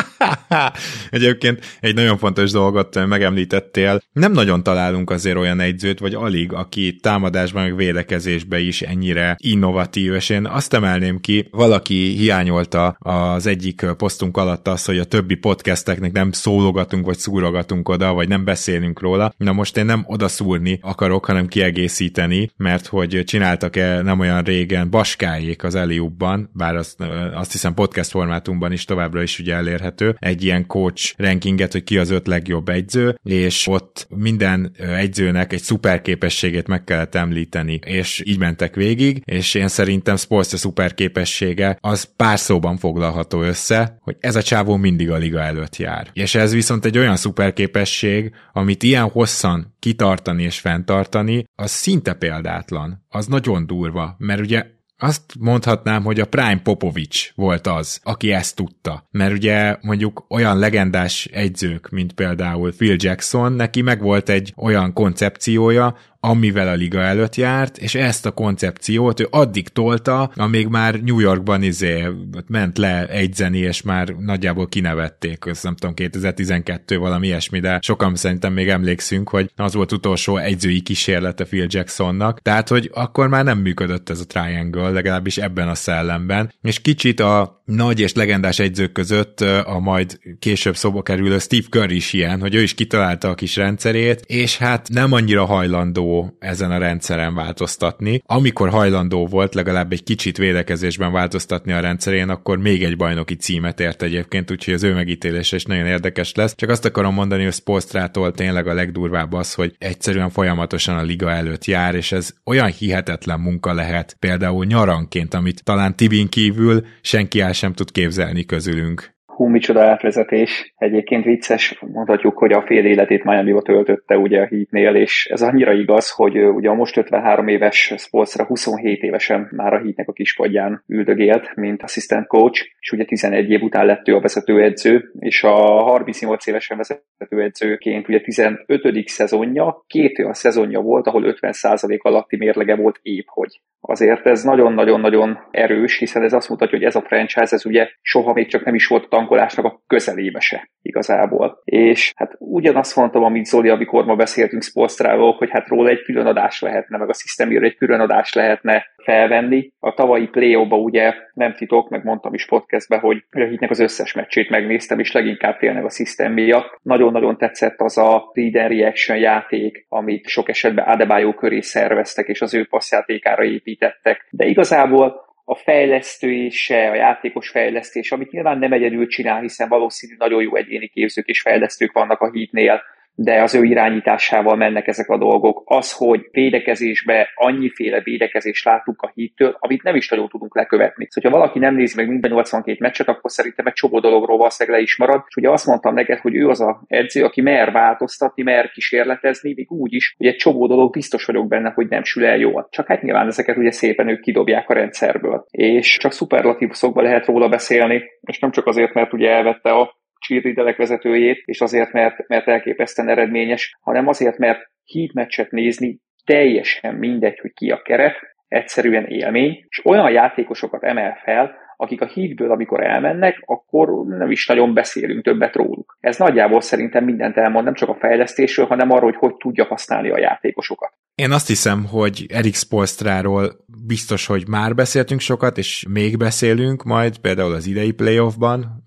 Egyébként egy nagyon fontos dolgot megemlítettél. Nem nagyon találunk azért olyan edzőt, vagy alig, aki támadásban, meg védekezésben is ennyire innovatív, és én azt emelném ki, valaki hiányolta az egyik posztunk alatt azt, hogy a többi podcasteknek nem szólogatunk, vagy szúrogatunk oda, vagy nem beszélünk róla. Na most én nem oda szúrni akarok, hanem kiegészíteni, mert hogy csináltak-e nem olyan régen Baskáék az Eliubban, bár azt hiszem podcast formátumban is továbbra is ugye elérhető, egy ilyen coach rankinget, hogy ki az 5 legjobb egyző, és ott minden egyzőnek egy szuper képességét meg kellett említeni, és így mentek végig, és én szerintem Spoelstra szuper képessége az pár szóban foglalható össze, hogy ez a csávó mindig a liga előtt jár. És ez viszont egy olyan szuper képesség, amit ilyen hosszan kitartani és fenntartani, az szinte példátlan. Az nagyon durva, mert ugye azt mondhatnám, hogy a Prime Popovich volt az, aki ezt tudta. Mert ugye mondjuk olyan legendás egyzők, mint például Phil Jackson, neki megvolt egy olyan koncepciója, amivel a liga előtt járt, és ezt a koncepciót ő addig tolta, amíg már New Yorkban ment le egyzeni, és már nagyjából kinevették, azt nem tudom, 2012 valami ilyesmi, de sokan szerintem még emlékszünk, hogy az volt utolsó egyzői kísérlete Phil Jacksonnak, tehát, hogy akkor már nem működött ez a triangle, legalábbis ebben a szellemben, és kicsit a nagy és legendás egyzők között a majd később szóba kerülő Steve Kerr is ilyen, hogy ő is kitalálta a kis rendszerét, és hát nem annyira hajlandó ezen a rendszeren változtatni. Amikor hajlandó volt legalább egy kicsit védekezésben változtatni a rendszerén, akkor még egy bajnoki címet ért egyébként, úgyhogy az ő megítélése is nagyon érdekes lesz. Csak azt akarom mondani, hogy Spoelstrától tényleg a legdurvább az, hogy egyszerűen folyamatosan a liga előtt jár, és ez olyan hihetetlen munka lehet, például nyaranként, amit talán Tibin kívül senki el sem tud képzelni közülünk. Hú, micsoda átvezetés. Egyébként vicces, mondhatjuk, hogy a fél életét Miamiba töltötte ugye a Heatnél, és ez annyira igaz, hogy ugye a most 53 éves Spoelstra 27 évesen már a Heatnek a kispadján üldögélt, mint assistant coach, és ugye 11 év után lett ő a vezetőedző, és a 38 évesen vezetőedzőként ugye 15. szezonja, 2 olyan szezonja volt, ahol 50% alatti mérlege volt épp hogy. Azért ez nagyon-nagyon-nagyon erős, hiszen ez azt mutatja, hogy ez a franchise, ez ugye soha még csak nem is volt a tankolásnak a közelébe se igazából. És hát ugyanazt mondtam, amit Zoli, amikor ma beszéltünk Spoelstráról, hogy hát róla egy külön adás lehetne, meg a szisztéméről egy külön adás lehetne felvenni. A tavalyi play-offba ugye nem titok, meg mondtam is podcastbe, hogy a Heatnek az összes meccsét megnéztem, és leginkább tényleg a szisztém miatt. Nagyon-nagyon tetszett az a read and reaction játék, amit sok esetben Adebayo köré szerveztek, és az ő passzjátékára építettek. De igazából a fejlesztése, a játékos fejlesztés, amit nyilván nem egyedül csinál, hiszen valószínű nagyon jó egyéni képzők és fejlesztők vannak a Heatnél, de az ő irányításával mennek ezek a dolgok. Az, hogy védekezésbe annyiféle védekezést látunk a Heattől, amit nem is nagyon tudunk lekövetni. Szóval, ha valaki nem nézi meg minden 82 meccset, akkor szerintem egy csomó dologról valószínűleg le is marad. És ugye azt mondtam neked, hogy ő az a edző, aki mer változtatni, mer kísérletezni, még úgy is, hogy egy csomó dolog biztos vagyok benne, hogy nem sül el jól. Csak hát nyilván ezeket ugye szépen ők kidobják a rendszerből. És csak szuperlatívuszokban lehet róla beszélni, és nem csak azért, mert ugye elvette a cheerleaderek vezetőjét, és azért, mert elképesztően eredményes, hanem azért, mert Heat meccset nézni teljesen mindegy, hogy ki a keret, egyszerűen élmény, és olyan játékosokat emel fel, akik a Heatből, amikor elmennek, akkor nem is nagyon beszélünk többet róluk. Ez nagyjából szerintem mindent elmond, nem csak a fejlesztésről, hanem arról, hogy tudja használni a játékosokat. Én azt hiszem, hogy Erik Spoelstráról biztos, hogy már beszéltünk sokat, és még beszélünk majd, például az idei playoffban,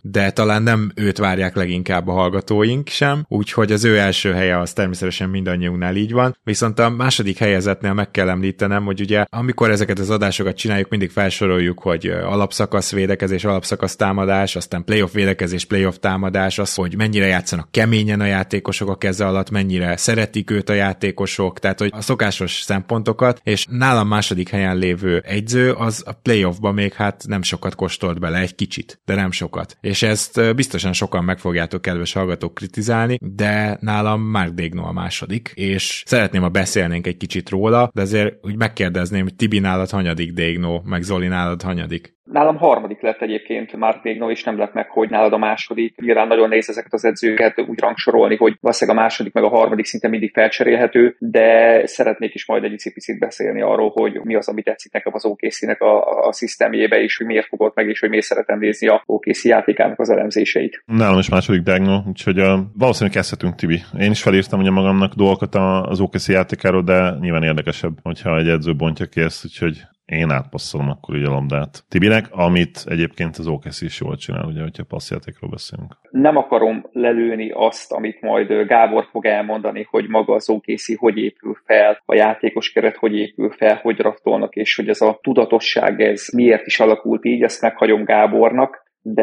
de talán nem őt várják leginkább a hallgatóink sem, úgyhogy az ő első helye az természetesen mindannyiunknál így van, viszont a második helyezetnél meg kell említenem, hogy ugye amikor ezeket az adásokat csináljuk, mindig felsoroljuk, hogy alapszakasz védekezés, alapszakasz támadás, aztán playoff védekezés, playoff támadás, az, hogy mennyire játszanak keményen a játékosok a keze alatt, mennyire szeretik őt a játékosok, tehát hogy a szokásos szempontokat, és nálam második helyen lévő egyző, az a playoffban még hát nem sokat kóstolt bele, egy kicsit, de nem sokat. És ezt biztosan sokan meg fogjátok, kedves hallgatók, kritizálni, de nálam Mark Daigneault a második, és szeretném, ha beszélnénk egy kicsit róla, de azért úgy megkérdezném, hogy Tibi, nálad hanyadik Daigneault, meg Zoli, nálad hanyadik? Nálam harmadik lett egyébként Mark Daigneault, és nem lett meg, hogy nálad a második. Nyilván nagyon nehéz ezeket az edzőket úgy rangsorolni, hogy valószínűleg a második meg a harmadik szinte mindig felcserélhető, de szeretnék is majd egy picit beszélni arról, hogy mi az, ami tetszik nekem az OKC-nek a szisztemjébe, és hogy miért fogott meg, és hogy miért szeretem nézni a OKC játékának az elemzéseit. Nálam is második Daigneault, úgyhogy valószínűleg kezdhetünk, Tibi. Én is felírtam ugye magamnak dolgokat az OKC játékáról, de nyilván érdekesebb, hogyha egy edző bontja ki ezt, úgyhogy én átpasszolom akkor így a labdát Tibinek, amit egyébként az OKC is jól csinál, ugye, hogyha passzjátékról beszélünk. Nem akarom lelőni azt, amit majd Gábor fog elmondani, hogy maga az OKC hogy épül fel, a játékos keret hogy épül fel, hogy draftolnak, és hogy ez a tudatosság, ez miért is alakult így, ezt meghagyom Gábornak.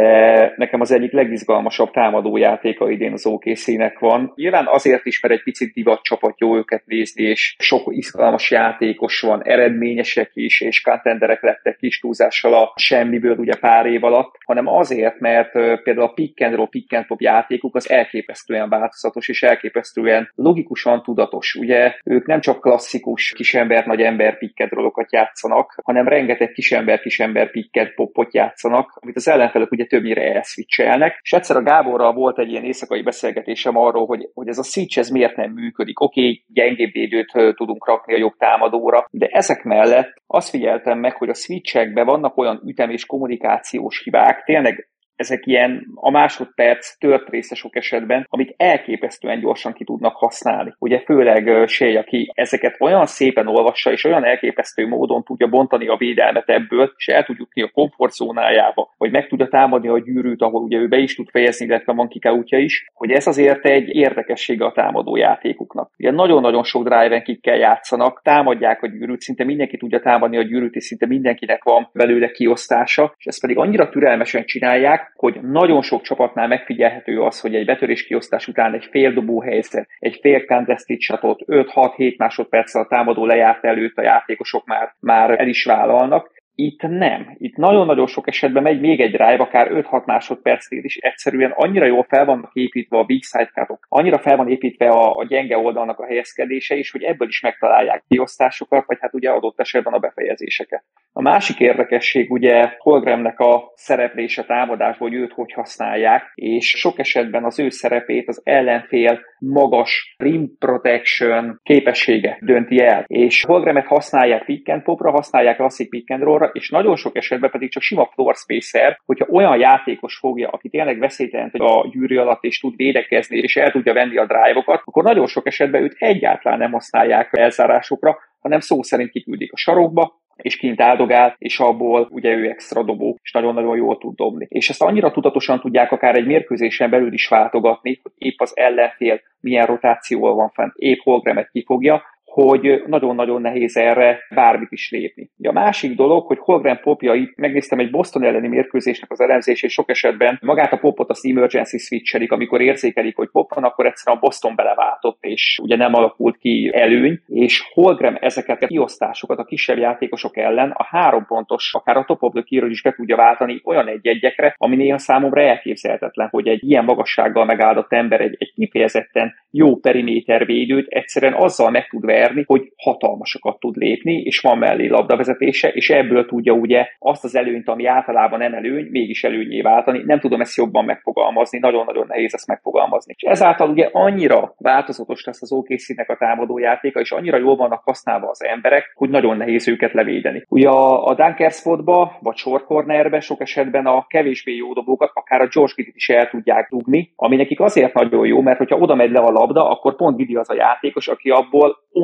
De nekem az egyik legizgalmasabb támadójátéka idén az OKC-nek van. Nyilván azért is, mert egy picit divat csapat, jó őket nézni, és sok izgalmas játékos van, eredményesek is, és contenderek lettek kis túlzással a semmiből ugye pár év alatt, hanem azért, mert például a pick and roll, pick and pop játékuk az elképesztően változatos, és elképesztően logikusan tudatos. Ugye ők nem csak klasszikus kisember, nagy ember pick and rollokat játszanak, hanem rengeteg kisember pick and popot játszanak, amit az ellenfelek ugye többnyire elszwitchelnek, és egyszer a Gáborral volt egy ilyen éjszakai beszélgetésem arról, hogy ez a switch ez miért nem működik. Oké, gyengébb védőt tudunk rakni a jobb támadóra, de ezek mellett azt figyeltem meg, hogy a switchekben vannak olyan ütem- és kommunikációs hibák, tényleg ezek ilyen a másodperc tört része sok esetben, amit elképesztően gyorsan ki tudnak használni. Ugye főleg Shea, aki ezeket olyan szépen olvassa, és olyan elképesztő módon tudja bontani a védelmet ebből, és el tud jutni a komfortzónájába, vagy meg tudja támadni a gyűrűt, ahol ugye ő be is tud fejezni, illetve van kikoutja is, hogy ez azért egy érdekessége a támadó játékuknak. Ugye nagyon-nagyon sok drive-en kikkel játszanak, támadják a gyűrűt, szinte mindenki tudja támadni a gyűrűt, és szinte mindenkinek van belőle kiosztása, és ezt pedig annyira türelmesen csinálják, hogy nagyon sok csapatnál megfigyelhető az, hogy egy betörés kiosztás után egy fél dobó helyzet, egy fél contested shotot 5-6-7 másodperccel a támadó lejárt előtt a játékosok már el is vállalnak. Itt nem. Itt nagyon-nagyon sok esetben megy még egy drive, akár 5-6 másodpercnél is egyszerűen annyira jól fel vannak építve a weak side cutok, annyira fel van építve a gyenge oldalnak a helyezkedése is, hogy ebből is megtalálják kiosztásokat, vagy hát ugye adott esetben a befejezéseket. A másik érdekesség ugye Holmgrennek a szereplése támadásból, hogy őt hogy használják, és sok esetben az ő szerepét az ellenfél magas rim protection képessége dönti el. És Holmgrenet használják pick and popra, használják klasszik pick and rollra, és nagyon sok esetben pedig csak sima floor spacer, hogyha olyan játékos fogja, aki tényleg veszélytelen a gyűrű alatt és tud védekezni, és el tudja venni a drive-okat, akkor nagyon sok esetben őt egyáltalán nem használják elzárásokra, hanem szó szerint kiküldik a sarokba, és kint áldogál, és abból ugye ő extra dobó, és nagyon-nagyon jól tud dobni. És ezt annyira tudatosan tudják akár egy mérkőzésen belül is váltogatni, hogy épp az ellenfél milyen rotációval van fent, épp Holmgrenet kifogja, hogy nagyon-nagyon nehéz erre bármit is lépni. A másik dolog, hogy Holmgren popjait, megnéztem egy Boston elleni mérkőzésnek az elemzését, és sok esetben magát a popot az emergency switchelik, amikor érzékelik, hogy pop van, akkor egyszerűen a Boston beleváltott, és ugye nem alakult ki előny, és Holmgren ezeket a kiosztásokat a kisebb játékosok ellen a 3 pontos, akár a top of the key-ről is be tudja váltani olyan egy-egyekre, ami néha számomra elképzelhetetlen, hogy egy ilyen magassággal megáldott ember egy kifejezetten jó perimétervédőt egyszerűen azzal meg tud verni, hogy hatalmasokat tud lépni, és van mellé labdavezetése, és ebből tudja ugye azt az előnyt, ami általában nem előny, mégis előnyé váltani. Nem tudom ezt jobban megfogalmazni, nagyon-nagyon nehéz ezt megfogalmazni. És ezáltal ugye annyira változatos lesz az OKC-nek a támadójátéka, és annyira jól vannak használva az emberek, hogy nagyon nehéz őket levédeni. Ugye a dunker spotba, vagy short cornerbe sok esetben a kevésbé jó dobókat, akár a George Giddeyt is el tudják dugni, ami nekik azért nagyon jó, mert hogyha oda megy le a labda, akkor pont Giddey az a játékos, aki abból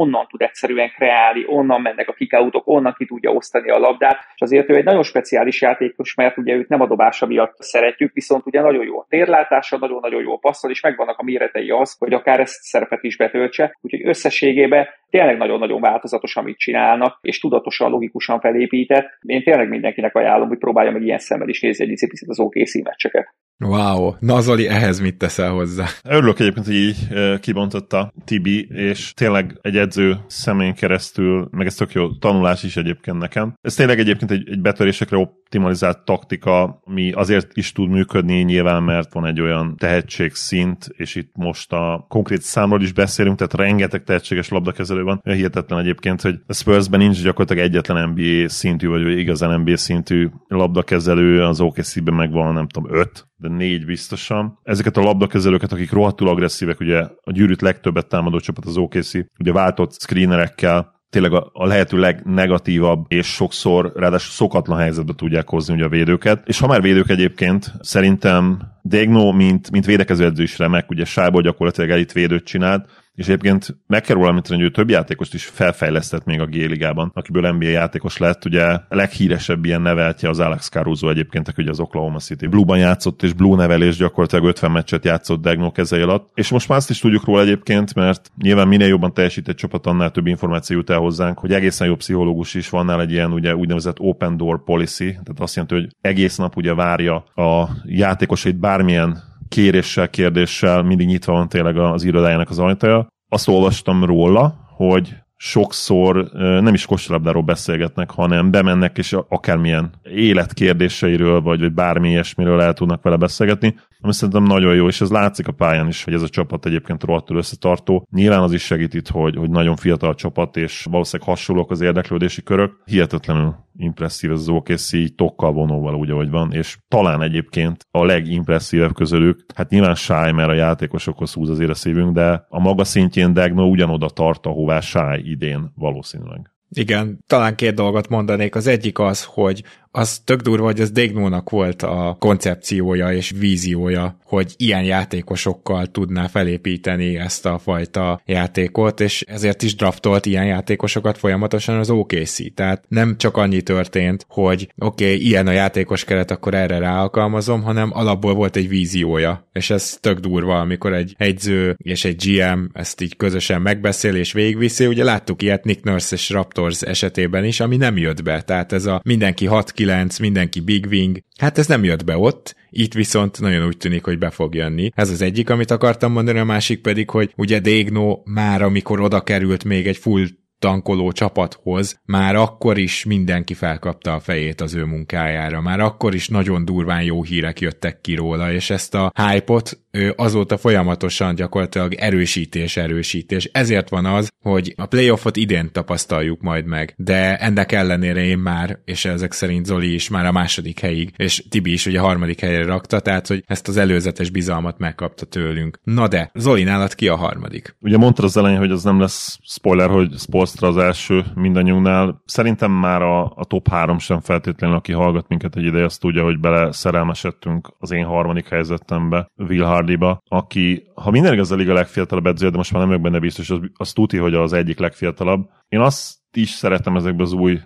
onnan tud egyszerűen kreálni, onnan mennek a kick-outok, onnan ki tudja osztani a labdát, és azért ő egy nagyon speciális játékos, mert ugye őt nem a dobása miatt szeretjük, viszont ugye nagyon jó a térlátása, nagyon-nagyon jó a passzol, és megvannak a méretei az, hogy akár ezt szerepet is betöltse, úgyhogy összességében tényleg nagyon-nagyon változatos, amit csinálnak, és tudatosan, logikusan felépített. Én tényleg mindenkinek ajánlom, hogy próbálja meg ilyen szemmel is nézni egy picit az OKC meccseket. Wow, na Zoli, ehhez mit teszel hozzá? Örülök egyébként, hogy így kibontotta Tibi, és tényleg egy edző szemén keresztül, meg ez tök jó tanulás is egyébként nekem. Ez tényleg egyébként egy betörésekre optimalizált taktika, ami azért is tud működni nyilván, mert van egy olyan tehetségszint, és itt most a konkrét számról is beszélünk, tehát rengeteg tehetséges labdakezelő van. Hihetetlen egyébként, hogy a Spursben nincs gyakorlatilag egyetlen NBA szintű, vagy igazán NBA szintű labdakezelő, az OKC-ben meg van, nem tudom, 5, de 4 biztosan. Ezeket a labdakezelőket, akik rohadtul agresszívek, ugye a gyűrűt legtöbbet támadó csapat az OKC, ugye váltott screenerekkel, tényleg a lehető legnegatívabb, és sokszor ráadásul szokatlan helyzetbe tudják hozni ugye a védőket. És ha már védők egyébként, szerintem Daigneault, mint védekező edző is remek, ugye Sájból gyakorlatilag elit védőt csinált, és egyébként meg kell róla említeni, hogy ő több játékost is felfejlesztett még a G-ligában, akiből NBA játékos lett. Ugye a leghíresebb ilyen neveltje az Alex Caruso egyébként, aki ugye az Oklahoma City Blue-ban játszott, és Blue nevelés gyakorlatilag 50 meccset játszott Daigneault kezei alatt. És most már azt is tudjuk róla egyébként, mert nyilván minél jobban teljesít egy csapat, annál több információ jut el hozzánk, hogy egészen jó pszichológus is van nála, egy ilyen ugye úgynevezett open door policy, tehát azt jelenti, hogy egész nap ugye várja a játékosait bármilyen kéréssel, kérdéssel, mindig nyitva van tényleg az irodájának az ajtaja. Azt olvastam róla, hogy sokszor nem is kosárlabdáról beszélgetnek, hanem bemennek, és akármilyen életkérdéseiről, vagy bármi ilyesmiről el tudnak vele beszélgetni, ami szerintem nagyon jó, és ez látszik a pályán is, hogy ez a csapat egyébként rohadtul összetartó. Nyilván az is segít itt, hogy nagyon fiatal csapat, és valószínűleg hasonlók az érdeklődési körök. Hihetetlenül impresszív ez az OKC, így tokkal vonóval úgy, ahogy van, és talán egyébként a legimpresszívebb közülük, hát nyilván Shai, mert a játékosokhoz húz azért a szívünk, de a maga szintjén Daigneault ugyanoda tart, ahová Shai idén valószínűleg. Igen, talán 2 dolgot mondanék. Az egyik az, hogy az tök durva, hogy az Daigneaultnak volt a koncepciója és víziója, hogy ilyen játékosokkal tudná felépíteni ezt a fajta játékot, és ezért is draftolt ilyen játékosokat folyamatosan az OKC. Tehát nem csak annyi történt, hogy oké, ilyen a játékos keret, akkor erre ráalkalmazom, hanem alapból volt egy víziója, és ez tök durva, amikor egy edző és egy GM ezt így közösen megbeszél és végigviszi. Ugye láttuk ilyet Nick Nurse és Raptors esetében is, ami nem jött be. Tehát ez a mindenki 6-9, mindenki big wing, hát ez nem jött be ott, itt viszont nagyon úgy tűnik, hogy be fog jönni. Ez az egyik, amit akartam mondani, a másik pedig, hogy ugye Daigneault már amikor oda került még egy full tankoló csapathoz, már akkor is mindenki felkapta a fejét az ő munkájára, már akkor is nagyon durván jó hírek jöttek ki róla, és ezt a hype-ot azóta folyamatosan gyakorlatilag erősítés. Ezért van az, hogy a playoffot idén tapasztaljuk majd meg, de ennek ellenére én már, és ezek szerint Zoli is már a második helyig, és Tibi is ugye a harmadik helyre rakta, tehát hogy ezt az előzetes bizalmat megkapta tőlünk. Na de, Zoli, nálad ki a harmadik? Ugye mondtad az elején, hogy az nem lesz spoiler, hogy Spoelstra az első mindannyiunknál. Szerintem már a top 3 sem feltétlenül, aki hallgat minket egy ideje, azt tudja, hogy bele szerelmesedtünk az én harmadik helyzetembe, Will Hardyba, aki, ha minden igaz, a liga legfiatalabb edzője, de most már nem vagyok benne biztos, az tuti, hogy az egyik legfiatalabb. Én azt is szeretem ezekben az új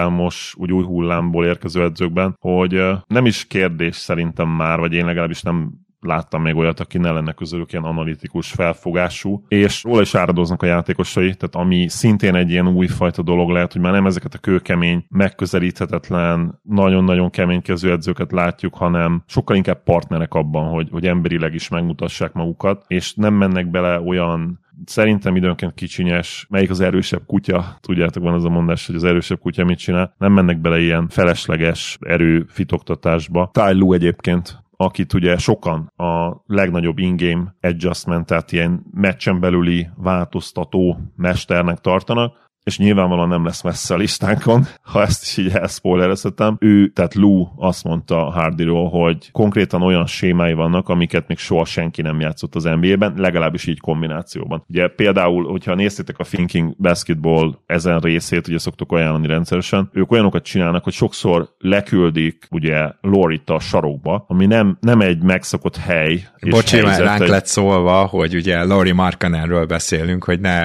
hullámból érkező edzőkben, hogy nem is kérdés szerintem már, vagy én legalábbis nem láttam még olyat, aki ne lenne közülük ilyen analitikus felfogású, és róla is áradoznak a játékosai, tehát ami szintén egy ilyen újfajta dolog lehet, hogy már nem ezeket a kőkemény, megközelíthetetlen, nagyon-nagyon keménykező edzőket látjuk, hanem sokkal inkább partnerek abban, hogy emberileg is megmutassák magukat, és nem mennek bele olyan szerintem időnként kicsinyes, melyik az erősebb kutya, tudjátok, van az a mondás, hogy az erősebb kutya mit csinál, nem mennek bele ilyen felesleges erőfitoktatásba. Ty Lue egyébként, akit ugye sokan a legnagyobb in-game adjustment, tehát ilyen meccsen belüli változtató mesternek tartanak, és nyilvánvalóan nem lesz messze a listánkon, ha ezt is így elszpoilerezhetem. Ő, tehát Lou azt mondta Hardyról, hogy konkrétan olyan sémái vannak, amiket még soha senki nem játszott az NBA-ben, legalábbis így kombinációban. Ugye például, hogyha néztétek a Thinking Basketball ezen részét, ugye szoktuk ajánlani rendszeresen, ők olyanokat csinálnak, hogy sokszor leküldik ugye Laurie-t a sarokba, ami nem egy megszokott hely. Bocsi, már ránk lett szólva, hogy ugye Laurie Markkanenről beszélünk, hogy ne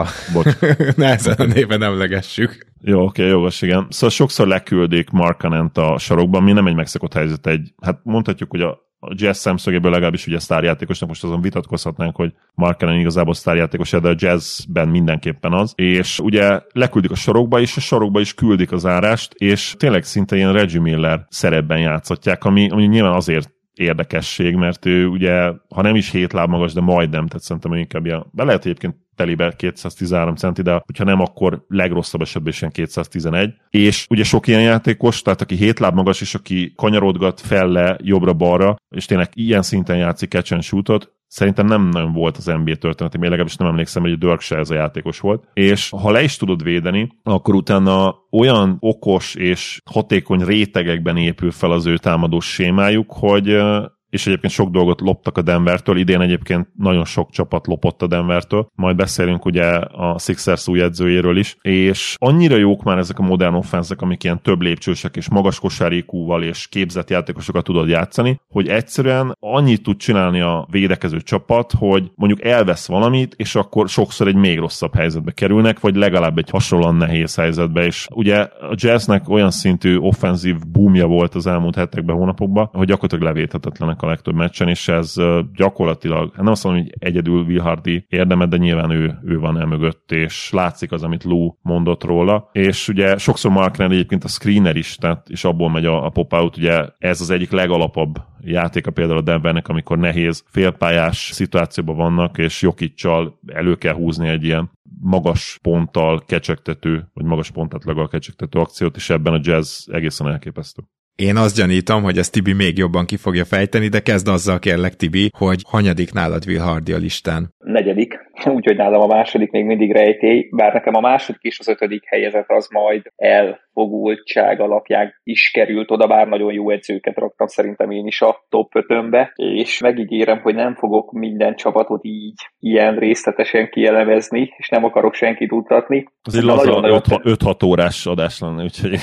ezen a néven emlegessük. Jó, oké, jogos, igen. Szóval sokszor leküldik Markkanent a sarokba, ami nem egy megszokott helyzet. Hát mondhatjuk, hogy a Jazz szemszögéből legalábbis ugye sztárjátékosnak, most azon vitatkozhatnánk, hogy Markkanen igazából sztárjátékos, de a Jazzben mindenképpen az. És ugye leküldik a sarokba, és a sarokba is küldik az zárást, és tényleg szinte ilyen Reggie Miller szerepben játszatják, ami nyilván azért érdekesség, mert ő ugye, ha nem is 7 láb magas, de majdnem, tehát szerintem inkább be lehet egyébként telibe 213 centi, de hogyha nem, akkor legrosszabb esetben is 211. És ugye sok ilyen játékos, tehát aki 7 láb magas, és aki kanyarodgat felle jobbra-balra, és tényleg ilyen szinten játszik catch and shootot, szerintem nem volt az NBA történetében, legalábbis nem emlékszem, hogy Dirk se ez a játékos volt. És ha le is tudod védeni, akkor utána olyan okos és hatékony rétegekben épül fel az ő támadós sémájuk, hogy és egyébként sok dolgot loptak a Denvertől, idén egyébként nagyon sok csapat lopott a Denvertől, majd beszélünk ugye a Sixers új edzőjéről is, és annyira jók már ezek a modern offenszek, amik ilyen több lépcsősek és magas kosárikúval és képzett játékosokat tudod játszani, hogy egyszerűen annyit tud csinálni a védekező csapat, hogy mondjuk elvesz valamit, és akkor sokszor egy még rosszabb helyzetbe kerülnek, vagy legalább egy hasonlóan nehéz helyzetbe, és ugye a Jazznek olyan szintű offenzív boomja volt az elmúlt hetekben, hónapokban, hogy gyakorlatilag levéthetetlenek a legtöbb meccsen, és ez gyakorlatilag, nem azt mondom, hogy egyedül Will Hardy érdemed, de nyilván ő van emögött, és látszik az, amit Lou mondott róla, és ugye sokszor Markkanen egyébként a screener is, tehát, és abból megy a pop-out, ugye ez az egyik legalapabb játéka például a Denvernek, amikor nehéz félpályás szituációban vannak, és Jokic-csal elő kell húzni egy ilyen magas ponttal kecsegtető, vagy magas pontátlaggal kecsegtető akciót, és ebben a Jazz egészen elképesztő. Én azt gyanítom, hogy ezt Tibi még jobban ki fogja fejteni, de kezd azzal kérlek, Tibi, hogy hanyadik nálad Will Hardy a listán? 4. Úgyhogy nálam a második még mindig rejtély, bár nekem a második és az 5. helyezett az majd elfogultság alapján is került oda, bár nagyon jó edzőket raktam szerintem én is a top 5-önbe, és megígérem, hogy nem fogok minden csapatot így ilyen részletesen kielemezni, és nem akarok senkit utatni. Az egy laza 5-6 órás adás lenne, úgyhogy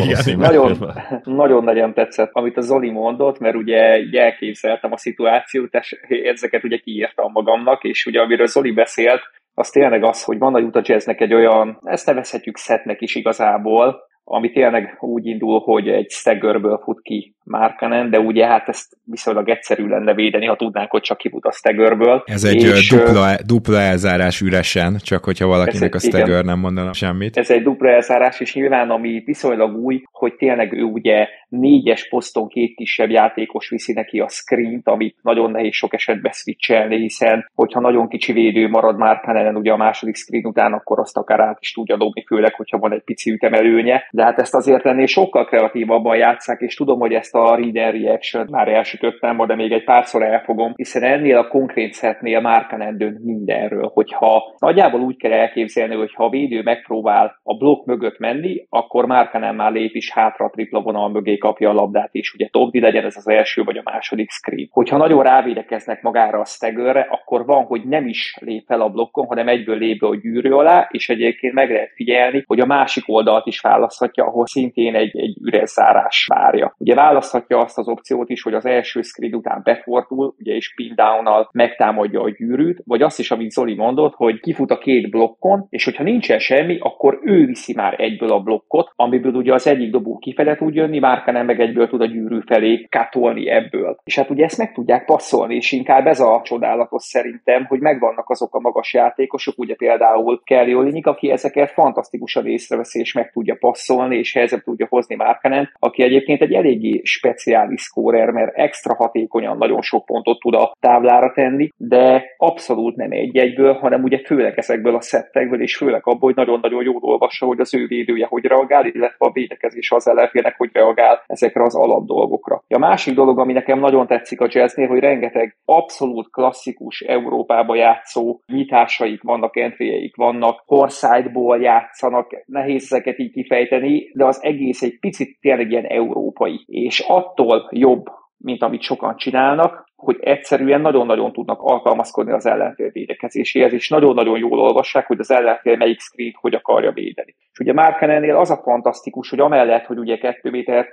nagyon nagyon tetszett, amit a Zoli mondott, mert ugye elképzeltem a szituációt, és ezeket ugye kiírtam magamnak, és ugye amiről Zoli beszélt, az tényleg az, hogy van a Utah Jazznek egy olyan, ezt nevezhetjük szetnek is igazából, ami tényleg úgy indul, hogy egy staggerből fut ki Markkanen, de ugye hát ezt viszonylag egyszerű lenne védeni, ha tudnánk, hogy csak kifut a staggerből. Ez egy dupla elzárás üresen, csak hogyha valakinek a stagger nem mondana semmit. Ez egy dupla elzárás, és nyilván ami viszonylag új, hogy tényleg ő ugye 4-es poszton 2 kisebb játékos viszi neki a screent, amit nagyon nehéz sok esetben switchelni, hiszen hogyha nagyon kicsi védő marad Markkanenen ugye a második screen után, akkor azt akár át is tudja dobni, főleg, hogyha van egy pici ütemelőnye. De hát ezt azért ennél sokkal kreatívabban játsszák, és tudom, hogy ezt a read and reaction már elsütöttem, de még egy párszor elfogom, hiszen ennél a konkrét szetnél Markkanen dönt mindenről, hogyha nagyjából úgy kell elképzelni, hogy ha a védő megpróbál a blokk mögött menni, akkor Markkanen már lép is hátra a tripla vonal mögé, kapja a labdát, és ugye dobni, legyen ez az első vagy a második screen. Hogyha nagyon rávédekeznek magára a staggerre, akkor van, hogy nem is lép fel a blokkon, hanem egyből lép be a gyűrű alá, és egyébként meg lehet figyelni, hogy a másik oldalt is választhatja, ahol szintén egy üres zárás várja. Ugye választhatja azt az opciót is, hogy az első screen után befordul, ugye és pin down-nal megtámadja a gyűrűt, vagy azt is, amit Zoli mondott, hogy kifut a 2 blokkon, és hogyha nincsen semmi, akkor ő viszi már egyből a blokkot, amiből ugye az egyik dobó kifele tud jönni, Markkanen meg egyből tud a gyűrű felé katolni ebből. És hát ugye ezt meg tudják passzolni, és inkább ez a csodálatos szerintem, hogy megvannak azok a magas játékosok, ugye például Kelly Olynyk, aki ezeket fantasztikusan észreveszi, és meg tudja passzolni, és helyzetbe tudja hozni Markkanen, aki egyébként egy eléggé speciális scorer, mert extra hatékonyan nagyon sok pontot tud a táblára tenni, de abszolút nem egy-egyből, hanem ugye főleg ezekből a szettekből, és főleg abból, hogy nagyon-nagyon jól olvassa, hogy az ő védője hogy reagál, illetve a védekezés az ellenfélnek hogy reagál ezekre az alapdolgokra. A másik dolog, ami nekem nagyon tetszik a Jazznél, hogy rengeteg abszolút klasszikus Európába játszó nyitásaik vannak, entryjeik vannak, Horsideból játszanak, nehéz ezeket így kifejteni, de az egész egy picit tényleg ilyen európai, és attól jobb, mint amit sokan csinálnak, hogy egyszerűen nagyon-nagyon tudnak alkalmazkodni az ellenfél védekezéséhez, és nagyon-nagyon jól olvassák, hogy az ellenfél melyik screent hogy akarja védeni. És ugye Markkanennél az a fantasztikus, hogy amellett, hogy ugye 2 méter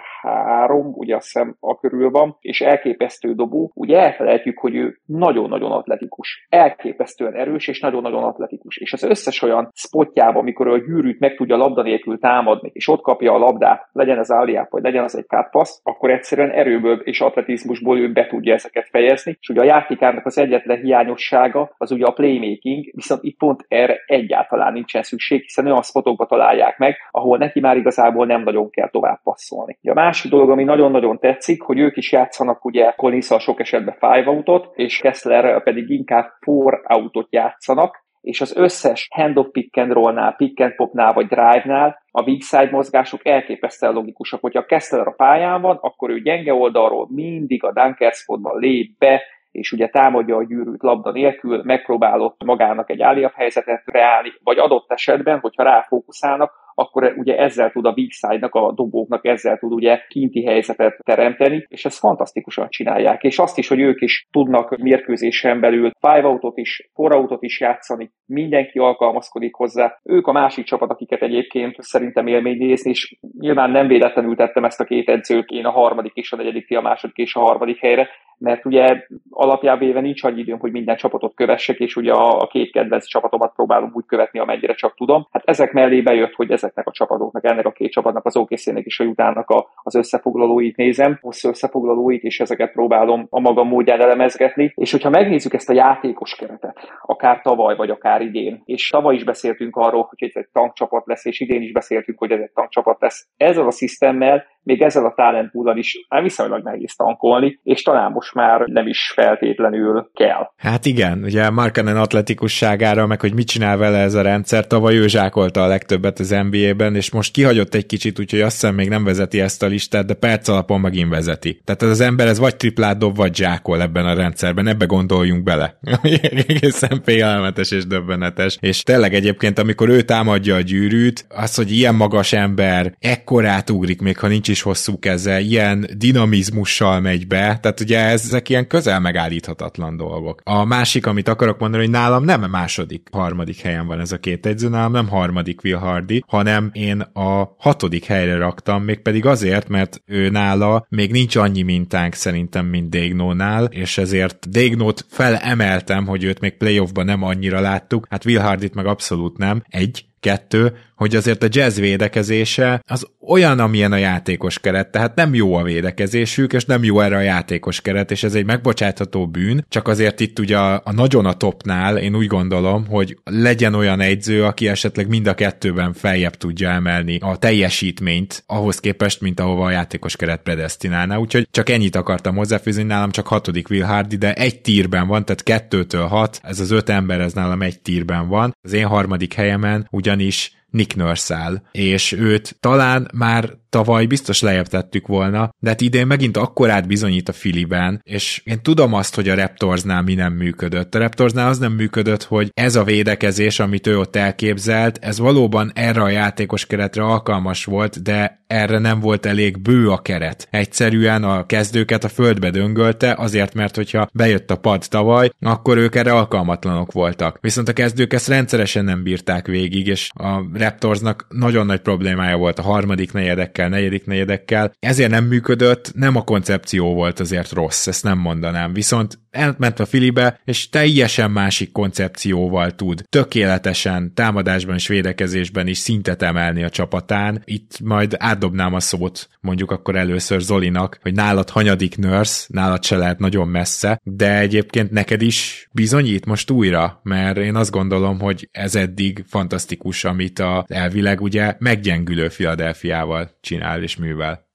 13, ugye azt hiszem a körül van, és elképesztő dobó, ugye elfelejtjük, hogy ő nagyon-nagyon atletikus. Elképesztően erős, és nagyon-nagyon atletikus. És az összes olyan spotjában, amikor a gyűrűt meg tudja labda nélkül támadni, és ott kapja a labdát, legyen az alley-up, vagy legyen az egy cut pass, akkor egyszerűen erőből és atletizmusból ő be tudja ezeket fejezni, és ugye a játékának az egyetlen hiányossága az ugye a playmaking, viszont itt pont erre egyáltalán nincsen szükség, hiszen olyan spotokba találják meg, ahol neki már igazából nem nagyon kell tovább passzolni. A másik dolog, ami nagyon-nagyon tetszik, hogy ők is játszanak ugye Collins-szal sok esetben 5 outot, és Kesslerrel pedig inkább 4 outot játszanak, és az összes hand-off pick and roll-nál, pick and pop-nál vagy drive-nál a weak side mozgások elképesztően logikusak. Hogyha a Kessler a pályán van, akkor ő gyenge oldalról mindig a dunker spotban lép be, és ugye támadja a gyűrűt labda nélkül, megpróbálott magának egy alley-up helyzetet reálni, vagy adott esetben, hogyha ráfókuszálnak, akkor ugye ezzel tud a weak side-nak, a dobóknak ezzel tud ugye kinti helyzetet teremteni, és ezt fantasztikusan csinálják. És azt is, hogy ők is tudnak mérkőzésen belül 5 outot is, 4 outot is játszani, mindenki alkalmazkodik hozzá. Ők a másik csapat, akiket egyébként szerintem élmény nézni, és nyilván nem véletlenül tettem ezt a 2 edzőt, én a 3. és a 4., a 2. és a 3. helyre, mert ugye alapjában éve nincs annyi időm, hogy minden csapatot kövessek, és ugye a 2 kedvenc csapatomat próbálom úgy követni, amennyire csak tudom. Hát ezek mellé bejött, hogy ezeknek a csapatoknak, ennek a 2 csapatnak, az OKC-nek és a Utahnak az összefoglalóit nézem, hosszú összefoglalóit, és ezeket próbálom a magam módján elemezgetni. És hogyha megnézzük ezt a játékos keretet, akár tavaly, vagy akár idén, és tavaly is beszéltünk arról, hogy ez egy tankcsapat lesz, és idén is beszéltünk, hogy ez egy tankcsapat lesz. Ezzel a szisztemmel, még ezzel a talent pool-al is viszonylag nehéz tankolni, és talán most már nem is feltétlenül kell. Hát igen, ugye Markkanen atletikusságára, meg hogy mit csinál vele ez a rendszer, tavaly ő zsákolta a legtöbbet az NBA-ben, és most kihagyott egy kicsit, úgyhogy azt hiszem még nem vezeti ezt a listát, de perc alapon megint vezeti. Tehát ez az ember ez vagy triplát dob, vagy zsákol ebben a rendszerben, ebbe gondoljunk bele. Egészen félelmetes és döbbenetes. És tényleg egyébként, amikor ő támadja a gyűrűt, az, hogy ilyen magas ember ekkorát ugrik, még ha nincs is hosszú keze, ilyen dinamizmussal megy be, tehát ugye ezek ilyen közel megállíthatatlan dolgok. A másik, amit akarok mondani, hogy nálam nem a második, 3. helyen van ez a 2 edző, nálam nem 3. Will Hardy, hanem én a 6. helyre raktam, mégpedig azért, mert ő nála még nincs annyi mintánk szerintem, mint Daigneaunál, és ezért Daigneaut felemeltem, hogy őt még playoffban nem annyira láttuk, hát Will Hardyt meg abszolút nem. 1, 2, hogy azért a Jazz védekezése az olyan, amilyen a játékos keret, tehát nem jó a védekezésük, és nem jó erre a játékos keret, és ez egy megbocsátható bűn, csak azért itt ugye a nagyon a topnál én úgy gondolom, hogy legyen olyan edző, aki esetleg mind a 2-ben feljebb tudja emelni a teljesítményt ahhoz képest, mint ahova a játékos keret predesztinálná, úgyhogy csak ennyit akartam hozzáfűzni, nálam csak 6. Will Hardy, de egy tírben van, tehát 2-től 6, ez az 5 ember, ez nálam egy tírben van, az én 3. helyemen ugyanis Nick Nurse áll, és őt talán már tavaly biztos lejjebb tettük volna, de hát idén megint akkorát bizonyít a Phillyben, és én tudom azt, hogy a Raptorsnál mi nem működött. A Raptorsnál az nem működött, hogy ez a védekezés, amit ő ott elképzelt, ez valóban erre a játékos keretre alkalmas volt, de erre nem volt elég bő a keret. Egyszerűen a kezdőket a földbe döngölte, azért, mert hogyha bejött a pad tavaly, akkor ők erre alkalmatlanok voltak. Viszont a kezdők ezt rendszeresen nem bírták végig, és a Raptorsnak nagyon nagy problémája volt a 3. negyedekkel, 4. negyedekkel. Ezért nem működött, nem a koncepció volt azért rossz, ezt nem mondanám. Viszont elment a Phillybe, és teljesen másik koncepcióval tud tökéletesen támadásban és védekezésben is szintet emelni a csapatán. Itt majd átdobnám a szót mondjuk akkor először Zolinak, hogy nálad hanyadik Nurse, nálad se lehet nagyon messze, de egyébként neked is bizonyít most újra, mert én azt gondolom, hogy ez eddig fantasztikus, amit a elvileg ugye meggyengülő Philadelphiával csinál és művel.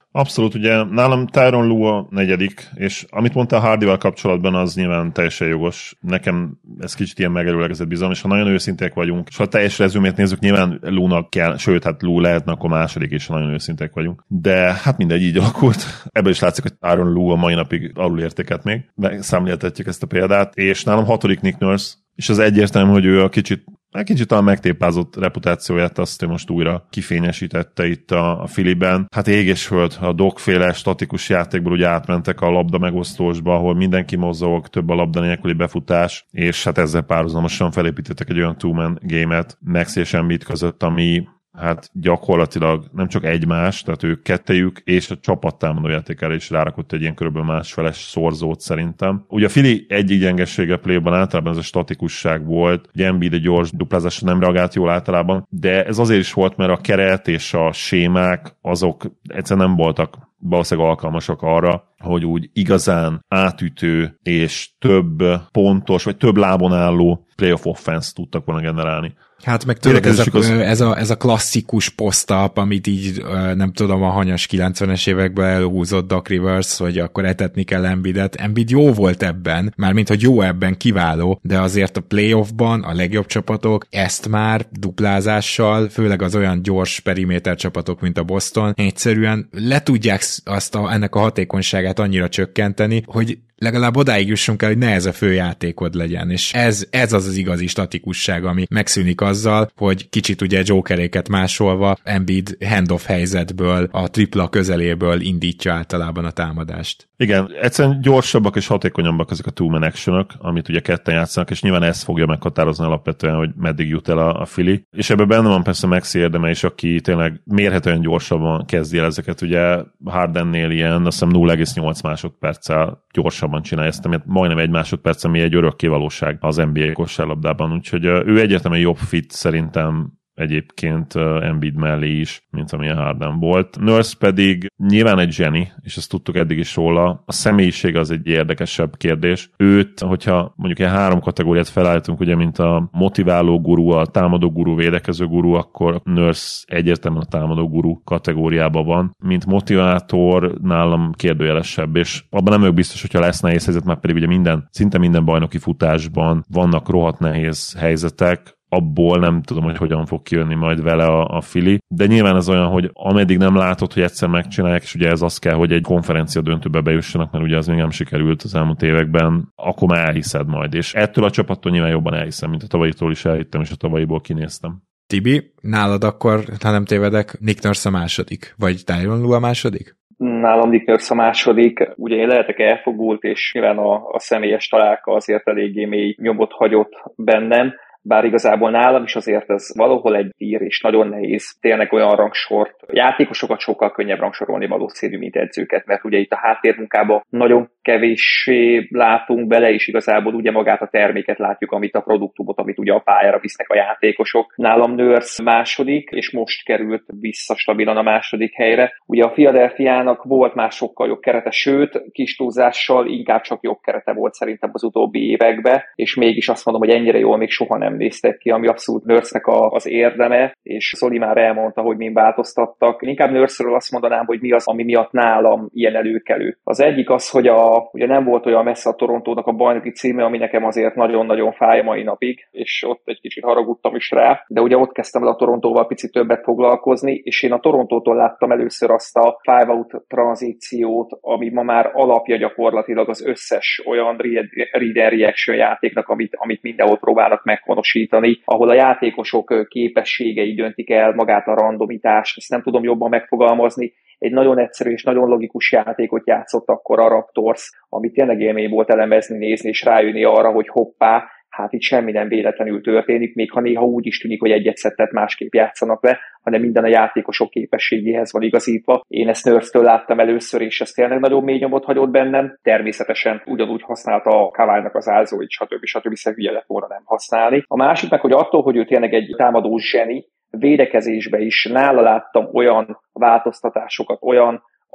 Abszolút, ugye nálam Tyronn Lue a negyedik, és amit mondta Hardyval kapcsolatban, az nyilván teljesen jogos. Nekem ez kicsit ilyen megerőlegezett bizalom, és ha nagyon őszintek vagyunk, és ha teljes rezümét nézzük, nyilván Lue-nak kell, sőt, hát Lue lehetne akkor második, és ha nagyon őszintek vagyunk. De hát mindegy, így alakult. Ebből is látszik, hogy Tyronn Lue a mai napig alulértéket még. Számléltetjük ezt a példát. És nálam hatodik Nick Nurse, és az egyértelmű, hogy ő a kicsit talán megtépázott reputációját, azt ő most újra kifényesítette itt a Phillyben. Hát ég és föld, a dogféle statikus játékból ugye átmentek a labda megosztósba, ahol mindenki mozog, több a labda nélküli befutás, és hát ezzel párhuzamosan felépítettek egy olyan two-man game-et Max és Embiid között, ami hát gyakorlatilag nem csak egymás, tehát ők kettejük és a csapat támadójátékára is rárakott egy ilyen körülbelül másfeles szorzót szerintem. Ugye a Philly egyik gyengessége a play-ban általában ez a statikusság volt, ugye Embiid a gyors duplázásra nem reagált jól általában, de ez azért is volt, mert a keret és a sémák azok egyszerűen nem voltak valószínűleg alkalmasak arra, hogy úgy igazán átütő és több pontos, vagy több lábon álló playoff offense tudtak volna generálni. Hát meg tudod, ez a klasszikus post-up, amit így nem tudom, a hanyas 90-es években elhúzott Doc Rivers, hogy akkor etetni kell Embiidet. Embiid jó volt ebben, mármint hogy jó ebben, kiváló, de azért a playoffban a legjobb csapatok ezt már duplázással, főleg az olyan gyors periméter csapatok, mint a Boston, egyszerűen le tudják ennek a hatékonyságát annyira csökkenteni, hogy legalább odáig jussunk el, hogy ne ez a fő játékod legyen, és ez az igazi statikusság, ami megszűnik azzal, hogy kicsit ugye jokeréket másolva Embiid handoff helyzetből, a tripla közeléből indítja általában a támadást. Igen, egyszerűen gyorsabbak és hatékonyabbak ezek a two-man actionok, amit ugye ketten játszanak, és nyilván ez fogja meghatározni alapvetően, hogy meddig jut el a Philly. És ebben benne van persze Maxi érdeme is, aki tényleg mérhetően gyorsabban kezdi el ezeket. Ugye Hardennél ilyen, azt hiszem 0,8 másodperccel gyorsabban csinálja ezt, amit majdnem egy másodperc, ami egy örökké valóság az NBA kosárlabdában. Úgyhogy ő egyértelműen jobb fit szerintem egyébként Embiid mellé is, mint amilyen Harden volt. Nurse pedig nyilván egy zseni, és ezt tudtuk eddig is róla. A személyiség az egy érdekesebb kérdés. Őt, hogyha mondjuk ilyen 3 kategóriát felállítunk, ugye, mint a motiváló guru, a támadó guru, védekező guru, akkor Nurse egyértelműen a támadó guru kategóriában van. Mint motivátor nálam kérdőjelesebb, és abban nem vagyok biztos, hogyha lesz nehéz helyzet, már pedig ugye szinte minden bajnoki futásban vannak rohadt nehéz helyzetek, abból nem tudom, hogy hogyan fog kijönni majd vele a Philly, de nyilván ez olyan, hogy ameddig nem látod, hogy egyszer megcsinálják, és ugye ez az kell, hogy egy konferencia döntőbe bejussanak, mert ugye az még nem sikerült az elmúlt években, akkor már elhiszed majd, és ettől a csapattól nyilván jobban elhiszem, mint a tavalyitól is elhittem, és a tavalyiból kinéztem. Tibi, nálad akkor, ha nem tévedek, Nick Nurse a második, vagy Tyronn Lue a második? Nálam Nick Nurse a második. Ugye én lehetek elfogult, és nyilván a személyes találka azért eléggé mély nyomot hagyott bennem, bár igazából nálam is azért ez valahol egy ír, és nagyon nehéz tényleg olyan rangsort, játékosokat sokkal könnyebb rangsorolni valószínű, mint edzőket, mert ugye itt a háttérmunkában nagyon kevéssé látunk bele, és igazából ugye magát a terméket látjuk, amit a produktumot, amit ugye a pályára visznek a játékosok. Nálam Nurse második, és most került vissza stabilan a második helyre. Ugye a Philadelphiának volt már sokkal jobb kerete, sőt, kis túlzással inkább csak jobb kerete volt szerintem az utóbbi években, és mégis azt mondom, hogy ennyire jól még soha nem néztek ki, ami abszolút Nurse-nek az érdeme, és Zoli már elmondta, hogy min változtattak. Inkább Nurse-ről azt mondanám, hogy mi az, ami miatt nálam ilyen előkelő. Az egyik az, hogy ugye nem volt olyan messze a Torontónak a bajnoki címe, ami nekem azért nagyon-nagyon fáj mai napig, és ott egy kicsit haragudtam is rá, de ugye ott kezdtem el a Torontóval picit többet foglalkozni, és én a Torontótól láttam először azt a five-out tranzíciót, ami ma már alapja gyakorlatilag az összes olyan read and reaction játéknak, amit mindenhol próbálnak meghonosítani, ahol a játékosok képességei döntik el magát a randomitást, ezt nem tudom jobban megfogalmazni. Egy nagyon egyszerű és nagyon logikus játékot játszott akkor a Raptors, ami tényleg élmény volt elemezni, nézni és rájönni arra, hogy hoppá, hát itt semmi nem véletlenül történik, még ha néha úgy is tűnik, hogy egy-egy szettet másképp játszanak le, hanem minden a játékosok képességéhez van igazítva. Én ezt Nurse-től láttam először, és ez tényleg nagyon mély nyomot hagyott bennem. Természetesen ugyanúgy használta a Kawhi-nak az állzóit, stb. Hiszen hülye lett volna nem használni. A másik meg, hogy attól, hogy ő tényleg egy támadó zseni, védekezésbe is nála láttam olyan változtatásokat, olyan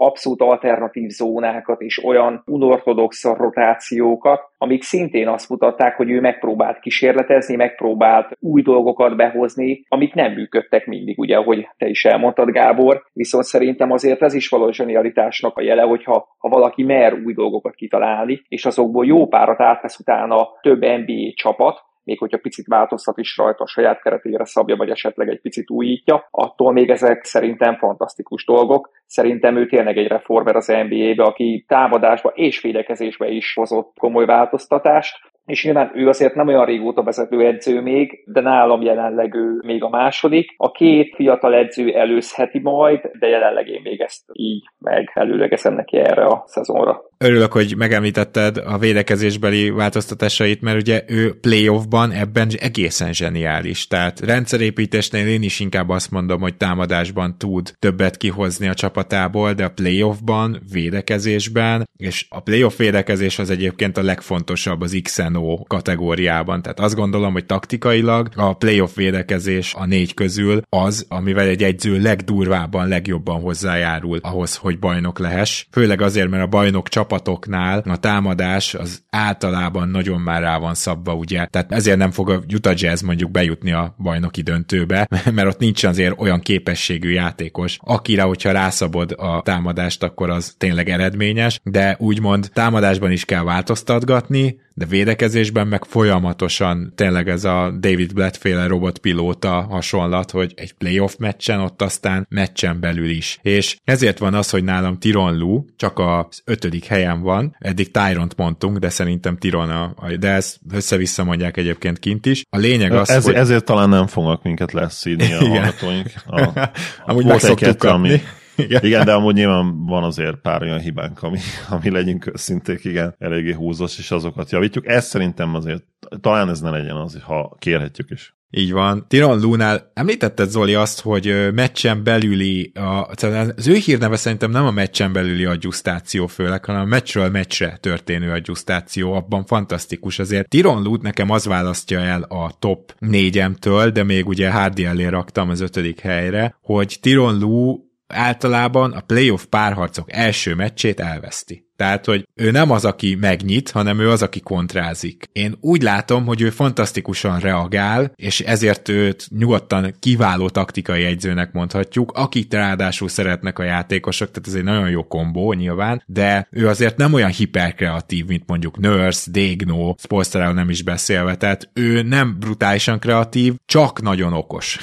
abszolút alternatív zónákat és olyan unorthodox rotációkat, amik szintén azt mutatták, hogy ő megpróbált kísérletezni, megpróbált új dolgokat behozni, amik nem működtek mindig, ugye, ahogy te is elmondtad, Gábor, viszont szerintem azért ez is valós zsenialitásnak a jele, hogyha valaki mer új dolgokat kitalálni, és azokból jó párat átvesz utána több NBA csapat, még hogyha picit változtat is rajta, a saját keretére szabja, vagy esetleg egy picit újítja, attól még ezek szerintem fantasztikus dolgok. Szerintem ő tényleg egy reformer az NBA-be, aki támadásba és védekezésbe is hozott komoly változtatást, és nyilván ő azért nem olyan régóta vezetőedző még, de nálam jelenleg ő még a második. A két fiatal edző előzheti majd, de jelenleg én még ezt így előlegezem neki erre a szezonra. Örülök, hogy megemlítetted a védekezésbeli változtatásait, mert ugye ő playoffban ebben egészen zseniális. Tehát rendszerépítésnél én is inkább azt mondom, hogy támadásban tud többet kihozni a csapatából, de a playoffban, védekezésben, és a playoff védekezés az egyébként a legfontosabb az XNO kategóriában. Tehát azt gondolom, hogy taktikailag a playoff védekezés a 4 közül az, amivel egy edző legdurvábban, legjobban hozzájárul ahhoz, hogy bajnok lehess. Főleg azért, mert a bajnok csapatoknál a támadás az általában nagyon már rá van szabva, ugye. Tehát ezért nem fog a Utah Jazz mondjuk bejutni a bajnoki döntőbe, mert ott nincs azért olyan képességű játékos, akire, hogyha rászabod a támadást, akkor az tényleg eredményes, de úgymond támadásban is kell változtatgatni, de védekezésben meg folyamatosan tényleg ez a David Blatt-féle robotpilóta hasonlat, hogy egy playoff meccsen, ott aztán meccsen belül is. És ezért van az, hogy nálam Tyronn Lue csak az 5. helyen van, eddig Tyront mondtunk, de szerintem Tyronn de ezt össze-vissza mondják egyébként kint is. A lényeg az, hogy... Ezért talán nem fognak minket leszídni a hallgatóink. Amúgy meg szoktuk kapni. Igen, de amúgy nyilván van azért pár olyan hibánk, ami legyünk őszinték, igen, eléggé húzós, és azokat javítjuk. Ez szerintem azért, talán ez ne legyen az, ha kérhetjük is. Így van. Tyronn Lue-nál említetted, Zoli, azt, hogy meccsen belüli, az ő hírneve szerintem nem a meccsen belüli adjusztáció főleg, hanem a meccsről meccsre történő adjusztáció, abban fantasztikus. Azért Tyronn Lue-t nekem az választja el a top 4-emtől, de még ugye Hardy elé raktam az 5. helyre, hogy Tyronn Lue általában a playoff párharcok első meccsét elveszti. Tehát, hogy ő nem az, aki megnyit, hanem ő az, aki kontrázik. Én úgy látom, hogy ő fantasztikusan reagál, és ezért őt nyugodtan kiváló taktikai egyzőnek mondhatjuk, akit ráadásul szeretnek a játékosok, tehát ez egy nagyon jó kombó nyilván, de ő azért nem olyan hiperkreatív, mint mondjuk Nurse, Daigneault, Spoelstráról nem is beszélve, tehát ő nem brutálisan kreatív, csak nagyon okos.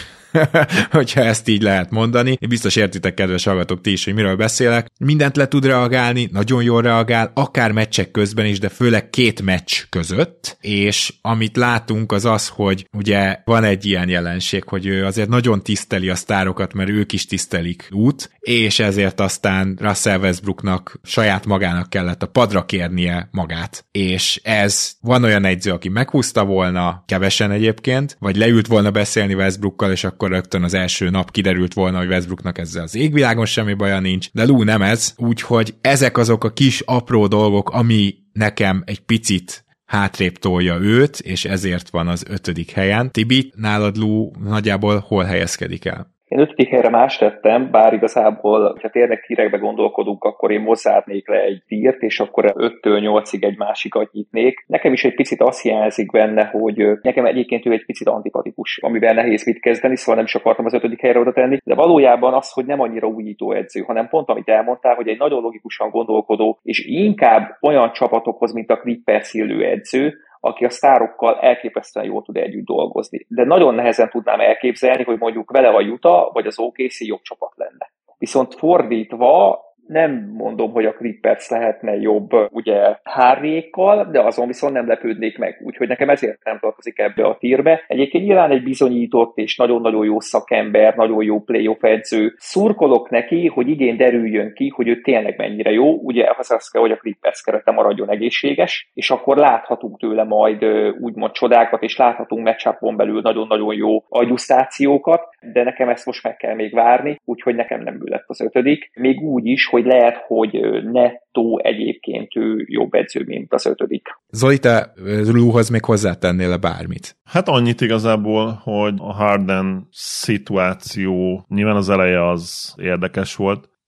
Hogyha ezt így lehet mondani. Én biztos értitek, kedves hallgatók, ti is, hogy miről beszélek. Mindent le tud reagálni, nagyon jól reagál, akár meccsek közben is, de főleg 2 meccs között, és amit látunk az az, hogy ugye van egy ilyen jelenség, hogy ő azért nagyon tiszteli a sztárokat, mert ők is tisztelik út, és ezért aztán Russell Westbrooknak saját magának kellett a padra kérnie magát. És ez van olyan edző, aki meghúzta volna, kevesen egyébként, vagy leült volna beszélni Westbrookkal, és akkor rögtön az első nap kiderült volna, hogy Westbrooknak ezzel az égvilágon semmi baja nincs, de Lue nem ez, úgyhogy ezek azok a kis apró dolgok, ami nekem egy picit hátrébb tolja őt, és ezért van az 5. helyen. Tibi, nálad Lue nagyjából hol helyezkedik el? Én 5. helyre más tettem, bár igazából, ha tényleg tírekbe gondolkodunk, akkor én mozzárnék le egy tírt, és akkor 5-től 8-ig egy másikat nyitnék. Nekem is egy picit azt hiányzik benne, hogy nekem egyébként ő egy picit antipatikus, amivel nehéz mit kezdeni, szóval nem is akartam az 5. helyre oda tenni, de valójában az, hogy nem annyira újító edző, hanem pont amit elmondtál, hogy egy nagyon logikusan gondolkodó, és inkább olyan csapatokhoz, mint a Clippers illő edző, aki a sztárokkal elképesztően jól tud együtt dolgozni. De nagyon nehezen tudnám elképzelni, hogy mondjuk vele a Utah vagy az OKC jobb csapat lenne. Viszont fordítva nem mondom, hogy a Clippers lehetne jobb ugye Harryékkal, de azon viszont nem lepődnék meg. Úgyhogy nekem ezért nem tartozik ebbe a tírbe. Egyébként nyilván egy bizonyított és nagyon-nagyon jó szakember, nagyon jó playoff edző. Szurkolok neki, hogy idén derüljön ki, hogy ő tényleg mennyire jó. Ugye az kell, hogy a Clippers kerete maradjon egészséges, és akkor láthatunk tőle majd úgymond csodákat, és láthatunk match-upon belül nagyon-nagyon jó adjusztációkat, de nekem ezt most meg kell még várni, úgyhogy nekem nem ő lett az 5. Még úgy is, hogy lehet, hogy nettó egyébként ő jobb edző, mint az 5. Zoli, te Luehoz még hozzátennél bármit? Hát annyit igazából, hogy a Harden szituáció nyilván az eleje az érdekes volt.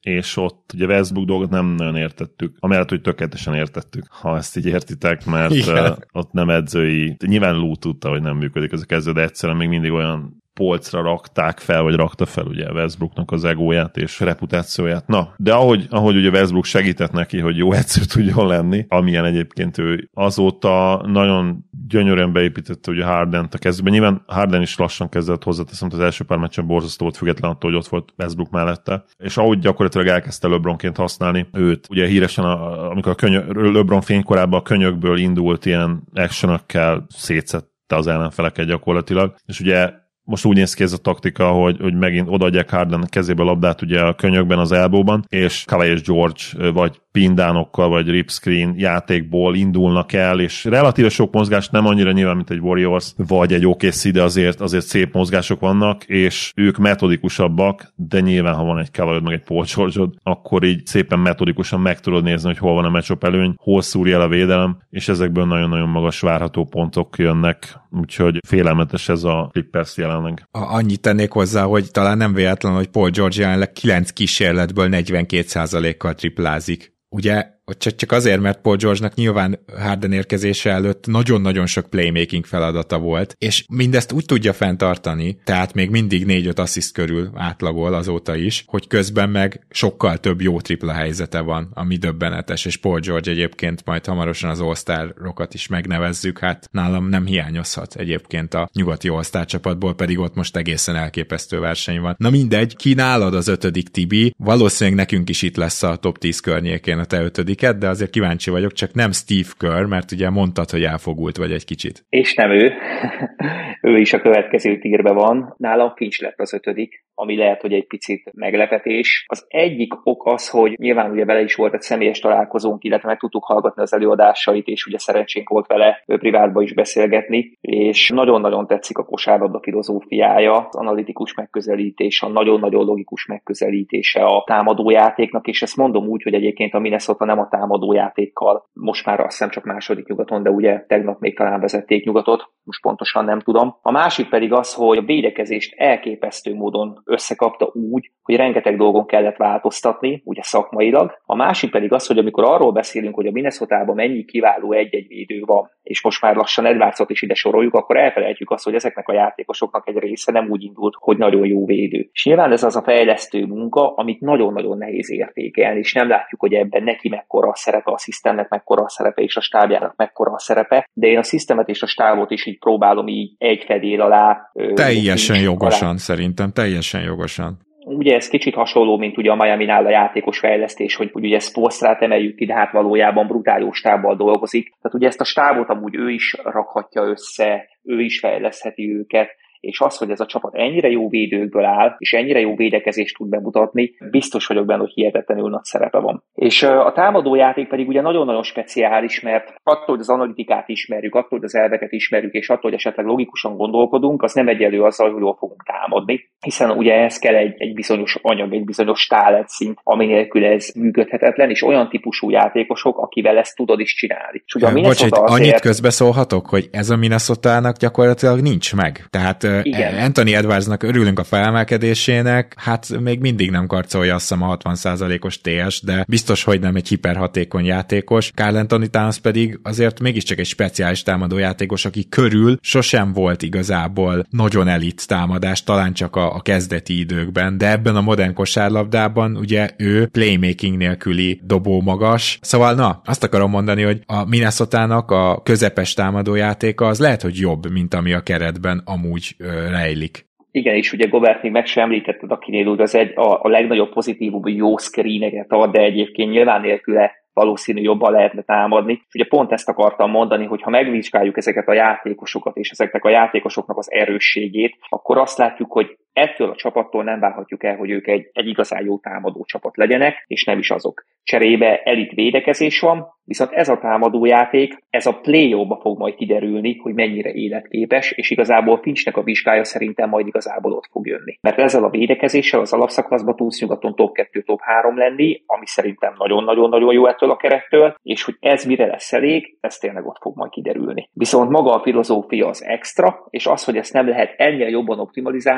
és ott ugye Westbrook dolgot nem nagyon értettük, amellett, hogy tökéletesen értettük, ha ezt így értitek, mert ott nem edzői, nyilván Lou tudta, hogy nem működik ez a kezdő, de egyszerűen még mindig olyan polcra rakták fel, vagy rakta fel ugye Westbrooknak az egóját és reputációját. Na, de ahogy ugye Westbrook segített neki, hogy jó edző tudjon lenni, amilyen egyébként ő azóta nagyon gyönyörűen beépítette ugye Hardent a kezdőben. Nyilván Harden is lassan kezdett, hozzáteszem, az első pár meccsen borzasztó volt, független attól, hogy ott volt Westbrook mellette. És ahogy gyakorlatilag elkezdte LeBronként használni őt, ugye híresen, amikor LeBron fénykorában a könyökből indult ilyen actionökkel szétszette az ellenfeleket gyakorlatilag. És ugye most úgy néz ki ez a taktika, hogy megint odaadják Harden kezébe a labdát ugye a könyökben, az elbowban, és Kawhi és George vagy pindánokkal, vagy rip screen játékból indulnak el, és relatíve sok mozgás, nem annyira nyilván, mint egy Warriors, vagy egy OKC, de azért szép mozgások vannak, és ők metodikusabbak, de nyilván, ha van egy Kawhi meg egy Paul George-od, akkor így szépen metodikusan meg tudod nézni, hogy hol van a matchup előny, hol szúrja el a védelem, és ezekből nagyon-nagyon magas várható pontok jönnek, úgyhogy félelmetes ez a Clippers jelenleg. Annyit tennék hozzá, hogy talán nem véletlen, hogy Paul George jelenleg 9 kísérletből 42%-kal triplázik. Ugye csak azért, mert Paul George-nak nyilván Harden érkezése előtt nagyon-nagyon sok playmaking feladata volt, és mindezt úgy tudja fenntartani, tehát még mindig 4-5 assziszt körül átlagol azóta is, hogy közben meg sokkal több jó tripla helyzete van, ami döbbenetes, és Paul George egyébként majd hamarosan az All-Star-okat is megnevezzük, hát nálam nem hiányozhat egyébként a nyugati All-Star csapatból, pedig ott most egészen elképesztő verseny van. Na mindegy, ki nálad az 5. Tibi? Valószínűleg nekünk is itt lesz a top 10 környékén a te 5., de azért kíváncsi vagyok, csak nem Steve Kerr, mert ugye mondtad, hogy elfogult vagy egy kicsit. És nem ő. Ő is a következő tírbe van. Nálam Finch lett az 5., ami lehet, hogy egy picit meglepetés. Az egyik ok az, hogy nyilván ugye vele is volt egy személyes találkozónk, illetve meg tudtuk hallgatni az előadásait, és ugye szerencsénk volt vele privátba is beszélgetni, és nagyon-nagyon tetszik a kosárlabda filozófiája, az analitikus megközelítés, a nagyon-nagyon logikus megközelítése a támadójátéknak, és ezt mondom úgy, hogy egyébként a Minnesota nem a támadójátékkal, most már azt hiszem csak második nyugaton, de ugye tegnap még talán vezették nyugatot, most pontosan nem tudom. A másik pedig az, hogy a védekezést elképesztő módon összekapta úgy, hogy rengeteg dolgon kellett változtatni, ugye szakmailag. A másik pedig az, hogy amikor arról beszélünk, hogy a Minnesotában mennyi kiváló egy-egy védő van, és most már lassan Edwardson is ide soroljuk, akkor elfelejtjük azt, hogy ezeknek a játékosoknak egy része nem úgy indult, hogy nagyon jó védő. És nyilván ez az a fejlesztő munka, amit nagyon-nagyon nehéz értékelni, és nem látjuk, hogy ebben neki mekkora a szerepe, a szisztemnek mekkora a szerepe, és a stábjának mekkora a szerepe, de én a szisztemet és a stábot is így próbálom így egy fedél alá. Teljesen jogosan, alá. Szerintem teljesen jogosan. Ugye ez kicsit hasonló, mint ugye a Miami-nál a játékos fejlesztés, hogy ugye Spoelstrát emeljük ki, de hát valójában brutál jó stábbal dolgozik. Tehát ugye ezt a stábot amúgy ő is rakhatja össze, ő is fejlesztheti őket, és az, hogy ez a csapat ennyire jó védőkből áll, és ennyire jó védekezést tud bemutatni, biztos vagyok benne, hogy hihetetlenül nagy szerepe van. És a támadójáték pedig ugye nagyon-nagyon speciális, mert attól, hogy az analitikát ismerjük, attól, hogy az elveket ismerjük, és attól, hogy esetleg logikusan gondolkodunk, az nem egyenlő azzal, hogy jól fogunk támadni, hiszen ugye ehhez kell egy bizonyos anyag, egy bizonyos talentszint, ami nélkül ez működhetetlen, és olyan típusú játékosok, akivel ezt tudod is csinálni. És ugye a Minnesota azért... Annyit közbeszólhatok, hogy ez a Minnesotának gyakorlatilag nincs meg. Tehát igen. Anthony Edwardsnak örülünk a felemelkedésének, hát még mindig nem karcolja azt hiszem a 60%-os TS, de biztos, hogy nem egy hiperhatékony játékos. Karl Anthony Towns pedig azért mégiscsak egy speciális támadójátékos, aki körül sosem volt igazából nagyon elit támadás, talán csak a kezdeti időkben, de ebben a modern kosárlabdában ugye ő playmaking nélküli dobó magas. Szóval na, azt akarom mondani, hogy a Minnesotának a közepes támadójátéka az lehet, hogy jobb, mint ami a keretben amúgy rejlik. Igen, és ugye Gobert még meg sem említetted, akinél úgy az a legnagyobb pozitívum, hogy jó screeneket ad, de egyébként nyilván nélküle valószínű jobban lehetne támadni. És ugye pont ezt akartam mondani, hogy ha megvizsgáljuk ezeket a játékosokat, és ezeknek a játékosoknak az erősségét, akkor azt látjuk, hogy ettől a csapattól nem várhatjuk el, hogy ők egy igazán jó támadó csapat legyenek, és nem is azok. Cserébe elit védekezés van, viszont ez a támadójáték, ez a play-offba fog majd kiderülni, hogy mennyire életképes, és igazából Finchnek a vizsgája szerintem majd igazából ott fog jönni. Mert ezzel a védekezéssel az alapszakaszban tudsz nyugaton top 2, top 3 lenni, ami szerintem nagyon-nagyon-nagyon jó ettől a kerettől, és hogy ez mire lesz elég, ez tényleg ott fog majd kiderülni. Viszont maga a filozófia az extra, és az, hogy ezt nem lehet ennél jobban optimalizálni,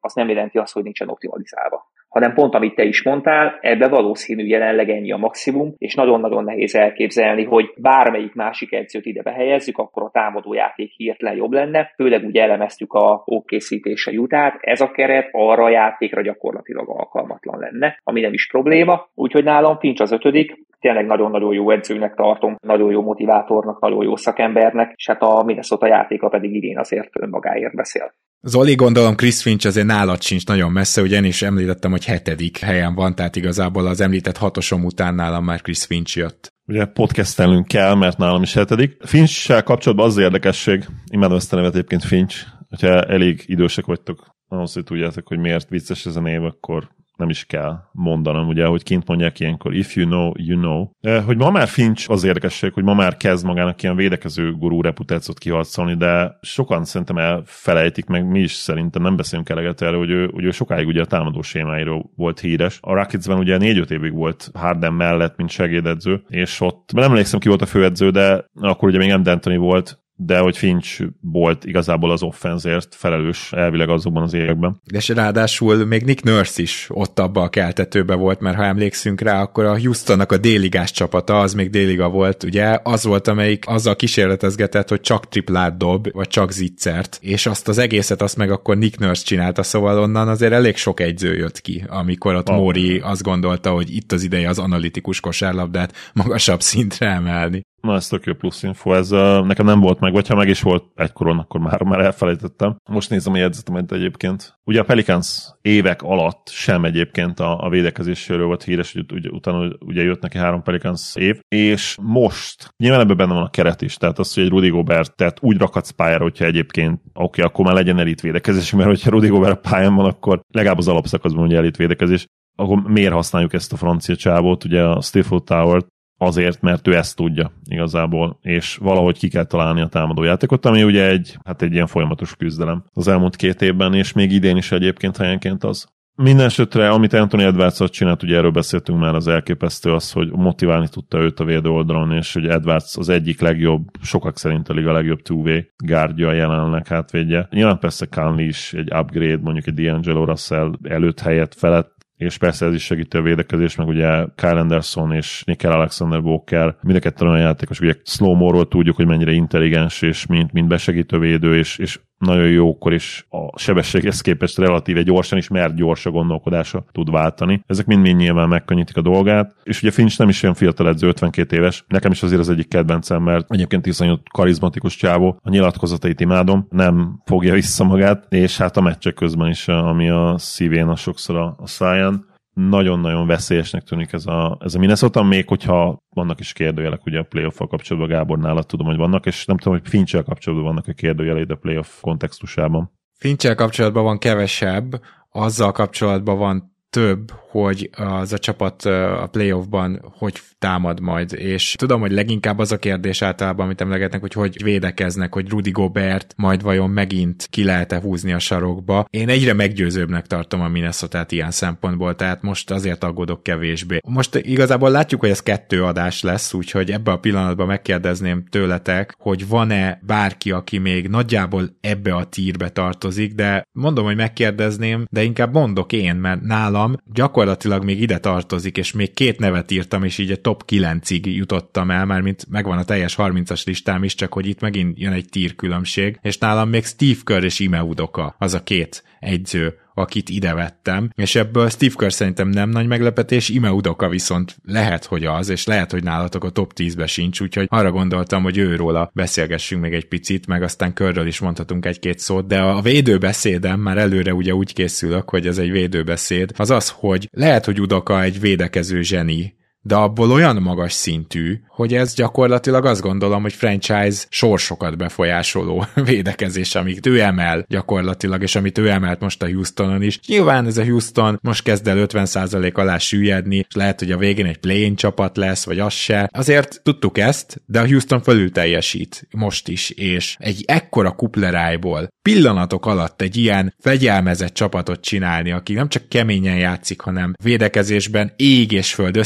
az nem jelenti azt, hogy nincsen optimalizálva. Hanem pont, amit te is mondtál, ebbe valószínű jelenleg ennyi a maximum, és nagyon-nagyon nehéz elképzelni, hogy bármelyik másik edzőt ide behelyezzük, akkor a támadójáték hirtelen jobb lenne, főleg úgy elemeztük a OKC-t a Utah-t, ez a keret arra a játékra gyakorlatilag alkalmatlan lenne, ami nem is probléma, úgyhogy nálam Finch az 5. Tényleg nagyon-nagyon jó edzőnek tartom, nagyon jó motivátornak, nagyon jó szakembernek, és hát a Minnesota játéka pedig idén azért önmagáért beszél. Zoli, gondolom Chris Finch azért nálad sincs nagyon messze, ugye én is említettem, hogy 7. helyen van, tehát igazából az említett 6-osom után nálam már Chris Finch jött. Ugye podcastelnünk kell, mert nálam is 7. Finch-sel kapcsolatban az érdekesség, imádom ezt a nevet egyébként Finch, hogyha elég idősek vagytok, ahhoz, hogy tudjátok, hogy miért vicces ez a név, akkor nem is kell mondanom, ugye, hogy kint mondják ilyenkor, if you know, you know. Hogy ma már Finch az érdekesség, hogy ma már kezd magának ilyen védekező gurú reputációt kiharcolni, de sokan szerintem elfelejtik, meg mi is szerintem nem beszélünk eleget erről, hogy ő sokáig ugye a támadó sémáiról volt híres. A Rocketsben ugye 4-5 évig volt Harden mellett, mint segédedző, és ott, nem emlékszem ki volt a főedző, de akkor ugye még nem D'Antoni volt, de hogy Finch volt igazából az offenzért felelős elvileg azokban az években. És ráadásul még Nick Nurse is ott abba a keltetőbe volt, mert ha emlékszünk rá, akkor a Houstonnak a déligás csapata, az még déliga volt, ugye, az volt, amelyik azzal kísérletezgetett, hogy csak triplát dob, vagy csak zicsert, és azt az egészet azt meg akkor Nick Nurse csinálta, szóval onnan azért elég sok egyző jött ki, amikor ott Mori azt gondolta, hogy itt az ideje az analitikus kosárlabdát magasabb szintre emelni. Na, ez tök jó plusz info, ez nekem nem volt meg, vagy ha meg is volt egykoron, akkor már elfelejtettem. Most nézem a jegyzetemet egyébként. Ugye a Pelicans évek alatt sem egyébként a védekezéséről volt híres, hogy utána ugye jött neki 3 Pelicans év, és most nyilván ebben benne van a keret is, tehát az, hogy egy Rudy Gobert, tehát úgy rakadsz pályára, hogyha egyébként akkor már legyen elit védekezés, mert hogyha Rudy Gobert a pályán van, akkor legalább az alapszakaszban ugye elit védekezés, akkor miért használjuk ezt a francia csávót, ugye a Stifle Tower-t? Azért, mert ő ezt tudja igazából, és valahogy ki kell találni a támadójátékot, ami ugye egy ilyen folyamatos küzdelem az elmúlt 2 évben, és még idén is egyébként helyenként az. Mindenesetre, amit Anthony Edwards csinált, ugye erről beszéltünk már, az elképesztő az, hogy motiválni tudta őt a védő oldalon, és hogy Edwards az egyik legjobb, sokak szerint a liga legjobb two-way guardja jelenleg hátvédje. Nyilván persze Conley is egy upgrade, mondjuk egy D'Angelo Russell előtt helyett felett, és persze ez is segíti a védekezés, meg ugye Kyle Anderson és Nickel Alexander Walker, mind a kettő olyan játékos, ugye Slow-Mo-ról tudjuk, hogy mennyire intelligens, és mint besegítő védő, és nagyon jókor is a sebességhez képest relatíve gyorsan is, mert gyors a gondolkodása tud váltani. Ezek mind nyilván megkönnyítik a dolgát, és ugye Finch nem is olyan fiatal edző, 52 éves. Nekem is azért az egyik kedvencem, mert egyébként iszonyú karizmatikus csávó, a nyilatkozatait imádom, nem fogja vissza magát, és hát a meccsek közben is, ami a szívén a sokszor a száján. Nagyon-nagyon veszélyesnek tűnik ez a Minnesota, még hogyha vannak is kérdőjelek ugye a playoff-val kapcsolatban, Gábor nálad tudom, hogy vannak, és nem tudom, hogy Finch-el kapcsolatban vannak a kérdőjeleid a playoff kontextusában. Finch-el kapcsolatban van kevesebb, azzal kapcsolatban van több, hogy az a csapat a playoffban hogy támad majd, és tudom, hogy leginkább az a kérdés általában, amit emlegetnek, hogy védekeznek, hogy Rudy Gobert majd vajon megint ki lehet-e húzni a sarokba. Én egyre meggyőzőbbnek tartom a Minnesotát ilyen szempontból, tehát most azért aggódok kevésbé. Most igazából látjuk, hogy ez 2 adás lesz, úgyhogy ebbe a pillanatban megkérdezném tőletek, hogy van-e bárki, aki még nagyjából ebbe a tírbe tartozik, de mondom, hogy megkérdezném, de inkább mondok én, mert nálam gyakorlatilag még ide tartozik, és még 2 nevet írtam, és így a top 9-ig jutottam el, mármint megvan a teljes 30-as listám is, csak hogy itt megint jön egy tírkülönbség, és nálam még Steve Kerr és Ime Udoka, az a 2 egyző, akit ide vettem, és ebből Steve Kerr szerintem nem nagy meglepetés, Ime Udoka viszont lehet, hogy az, és lehet, hogy nálatok a top 10-be sincs, úgyhogy arra gondoltam, hogy őróla beszélgessünk még egy picit, meg aztán Kerrről is mondhatunk 1-2 szót, de a védőbeszédem, már előre ugye úgy készülök, hogy ez egy védőbeszéd, az az, hogy lehet, hogy Udoka egy védekező zseni, de abból olyan magas szintű, hogy ez gyakorlatilag azt gondolom, hogy franchise sorsokat befolyásoló védekezés, amit ő emel gyakorlatilag, és amit ő emelt most a Houstonon is. Nyilván ez a Houston most kezd el 50% alá süllyedni, és lehet, hogy a végén egy play-in csapat lesz, vagy az se. Azért tudtuk ezt, de a Houston fölül teljesít most is, és egy ekkora kuplerájból pillanatok alatt egy ilyen fegyelmezett csapatot csinálni, aki nem csak keményen játszik, hanem védekezésben ég és föld összese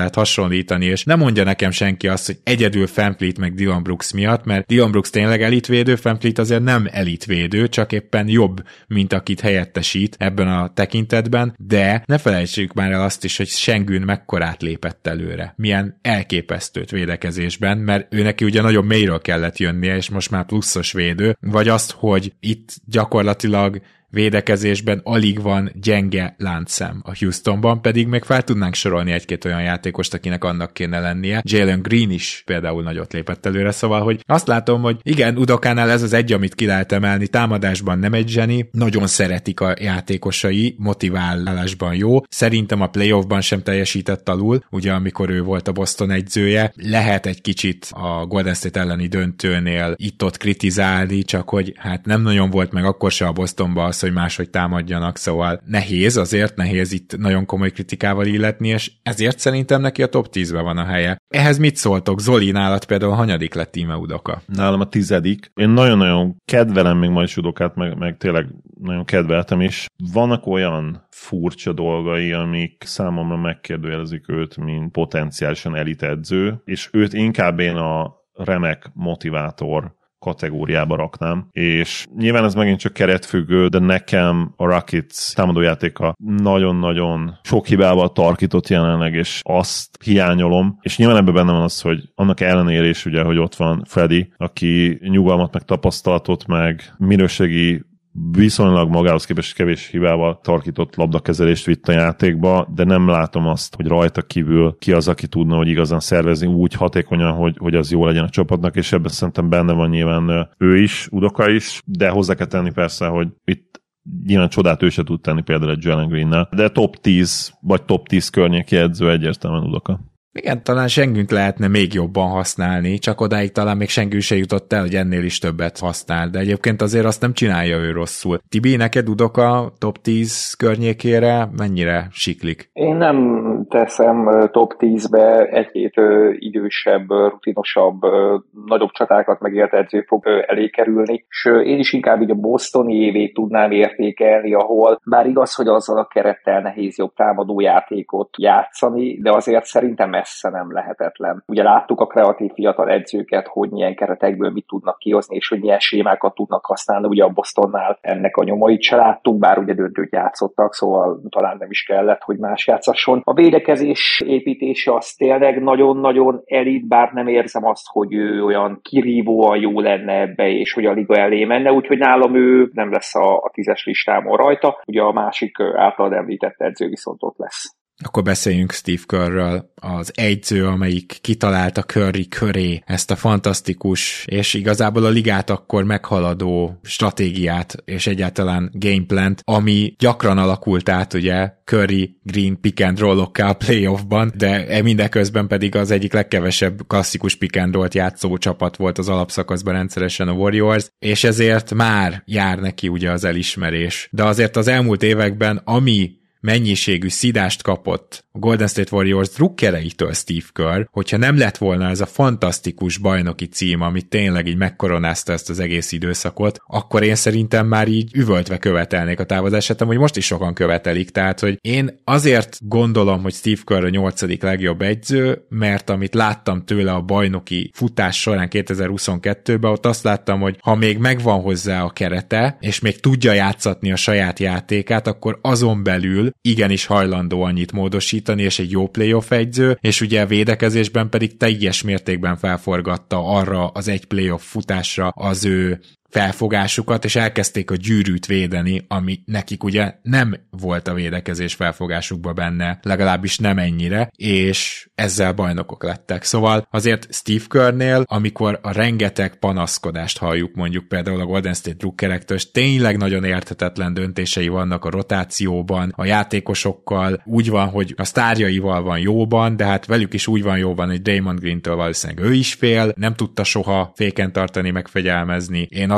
lehet hasonlítani, és nem mondja nekem senki azt, hogy egyedül VanVleet meg Dillon Brooks miatt, mert Dillon Brooks tényleg elitvédő, VanVleet azért nem elitvédő, csak éppen jobb, mint akit helyettesít ebben a tekintetben, de ne felejtsük már el azt is, hogy Sengun mekkorát lépett előre. Milyen elképesztőt védekezésben, mert ő neki ugye nagyon mélyről kellett jönnie, és most már pluszos védő, vagy azt, hogy itt gyakorlatilag védekezésben alig van gyenge láncszem. A Houstonban pedig még fel tudnánk sorolni egy-két olyan játékost, akinek annak kéne lennie. Jalen Green is például nagyot lépett előre, szóval, hogy azt látom, hogy igen, Udokánál ez az egy, amit ki lehet emelni, támadásban nem egy zseni, nagyon szeretik a játékosai, motiválásban jó, szerintem a playoffban sem teljesített alul, ugye amikor ő volt a Boston edzője, lehet egy kicsit a Golden State elleni döntőnél itt-ott kritizálni, csak hogy hát nem nagyon volt meg akkor se a Bostonban az, hogy máshogy támadjanak, szóval nehéz itt nagyon komoly kritikával illetni, és ezért szerintem neki a top 10-ben van a helye. Ehhez mit szóltok? Zoli, nálad például hanyadik lett Ime Udoka? Nálam a 10. Én nagyon-nagyon kedvelem még ma is Udokát, meg tényleg nagyon kedveltem, és vannak olyan furcsa dolgai, amik számomra megkérdőjelezik őt, mint potenciálisan elitedző, és őt inkább én a remek motivátor kategóriába raknám, és nyilván ez megint csak keretfüggő, de nekem a Rockets támadójátéka nagyon-nagyon sok hibával tarkított jelenleg, és azt hiányolom, és nyilván ebben benne van az, hogy annak ellenére is ugye, hogy ott van Freddy, aki nyugalmat, meg tapasztalatot, meg minőségi viszonylag magához képest kevés hibával tarkított labdakezelést vitt a játékba, de nem látom azt, hogy rajta kívül ki az, aki tudna, hogy igazán szervezni úgy hatékonyan, hogy az jó legyen a csapatnak, és ebben szerintem benne van nyilván ő is, Udoka is, de hozzá kell tenni persze, hogy itt nyilván csodát ő se tud tenni például egy Jalen Greennel, de top 10 vagy top 10 környéki edző egyértelműen Udoka. Igen, talán Sengunt lehetne még jobban használni, csak odáig talán még Sengun se jutott el, hogy ennél is többet használ, de egyébként azért azt nem csinálja ő rosszul. Tibi, neked Udoka top 10 környékére mennyire siklik? Én nem teszem top 10-be, egy-két idősebb, rutinosabb, nagyobb csatákat megélt edző fog elé kerülni, és én is inkább így a bostoni évét tudnám értékelni, ahol bár igaz, hogy azzal a kerettel nehéz jobb támadó játékot játszani, de azért szerintem messze nem lehetetlen. Ugye láttuk a kreatív fiatal edzőket, hogy milyen keretekből mit tudnak kihozni, és hogy milyen sémákat tudnak használni. Ugye a Bostonnál ennek a nyomait se láttuk, bár ugye döntőt játszottak, szóval talán nem is kellett, hogy más játszasson. A védekezés építése az tényleg nagyon-nagyon elit, bár nem érzem azt, hogy ő olyan kirívóan jó lenne ebbe, és hogy a liga elé menne, úgyhogy nálam ő nem lesz a 10-es listámon rajta. Ugye a másik általad említett edző viszont ott lesz. Akkor beszéljünk Steve Kerrről, az edző, amelyik kitalálta Curry köré ezt a fantasztikus, és igazából a ligát akkor meghaladó stratégiát, és egyáltalán gameplant, ami gyakran alakult át, ugye, Curry, Green pick and roll-okkal a playoffban, de mindeközben pedig az egyik legkevesebb klasszikus pick and roll-t játszó csapat volt az alapszakaszban rendszeresen a Warriors, és ezért már jár neki ugye az elismerés. De azért az elmúlt években, ami mennyiségű szidást kapott a Golden State Warriors drukkereitől Steve Kerr, hogyha nem lett volna ez a fantasztikus bajnoki cím, amit tényleg így megkoronázta ezt az egész időszakot, akkor én szerintem már így üvöltve követelnék a távozását, amúgy most is sokan követelik, tehát hogy én azért gondolom, hogy Steve Kerr a 8. legjobb edző, mert amit láttam tőle a bajnoki futás során 2022-ben, ott azt láttam, hogy ha még megvan hozzá a kerete, és még tudja játszatni a saját játékát, akkor azon belül igenis hajlandó annyit módosítani, és egy jó playoff edző, és ugye a védekezésben pedig teljes mértékben felforgatta arra az egy playoff futásra az ő felfogásukat, és elkezdték a gyűrűt védeni, ami nekik ugye nem volt a védekezés felfogásukban benne, legalábbis nem ennyire, és ezzel bajnokok lettek. Szóval azért Steve Kerrnél, amikor a rengeteg panaszkodást halljuk mondjuk például a Golden State drukkerektől, és tényleg nagyon érthetetlen döntései vannak a rotációban, a játékosokkal, úgy van, hogy a sztárjaival van jóban, de hát velük is úgy van jóban, hogy Draymond Greentől valószínűleg ő is fél, nem tudta soha féken tartani, megfegyelmezni. Én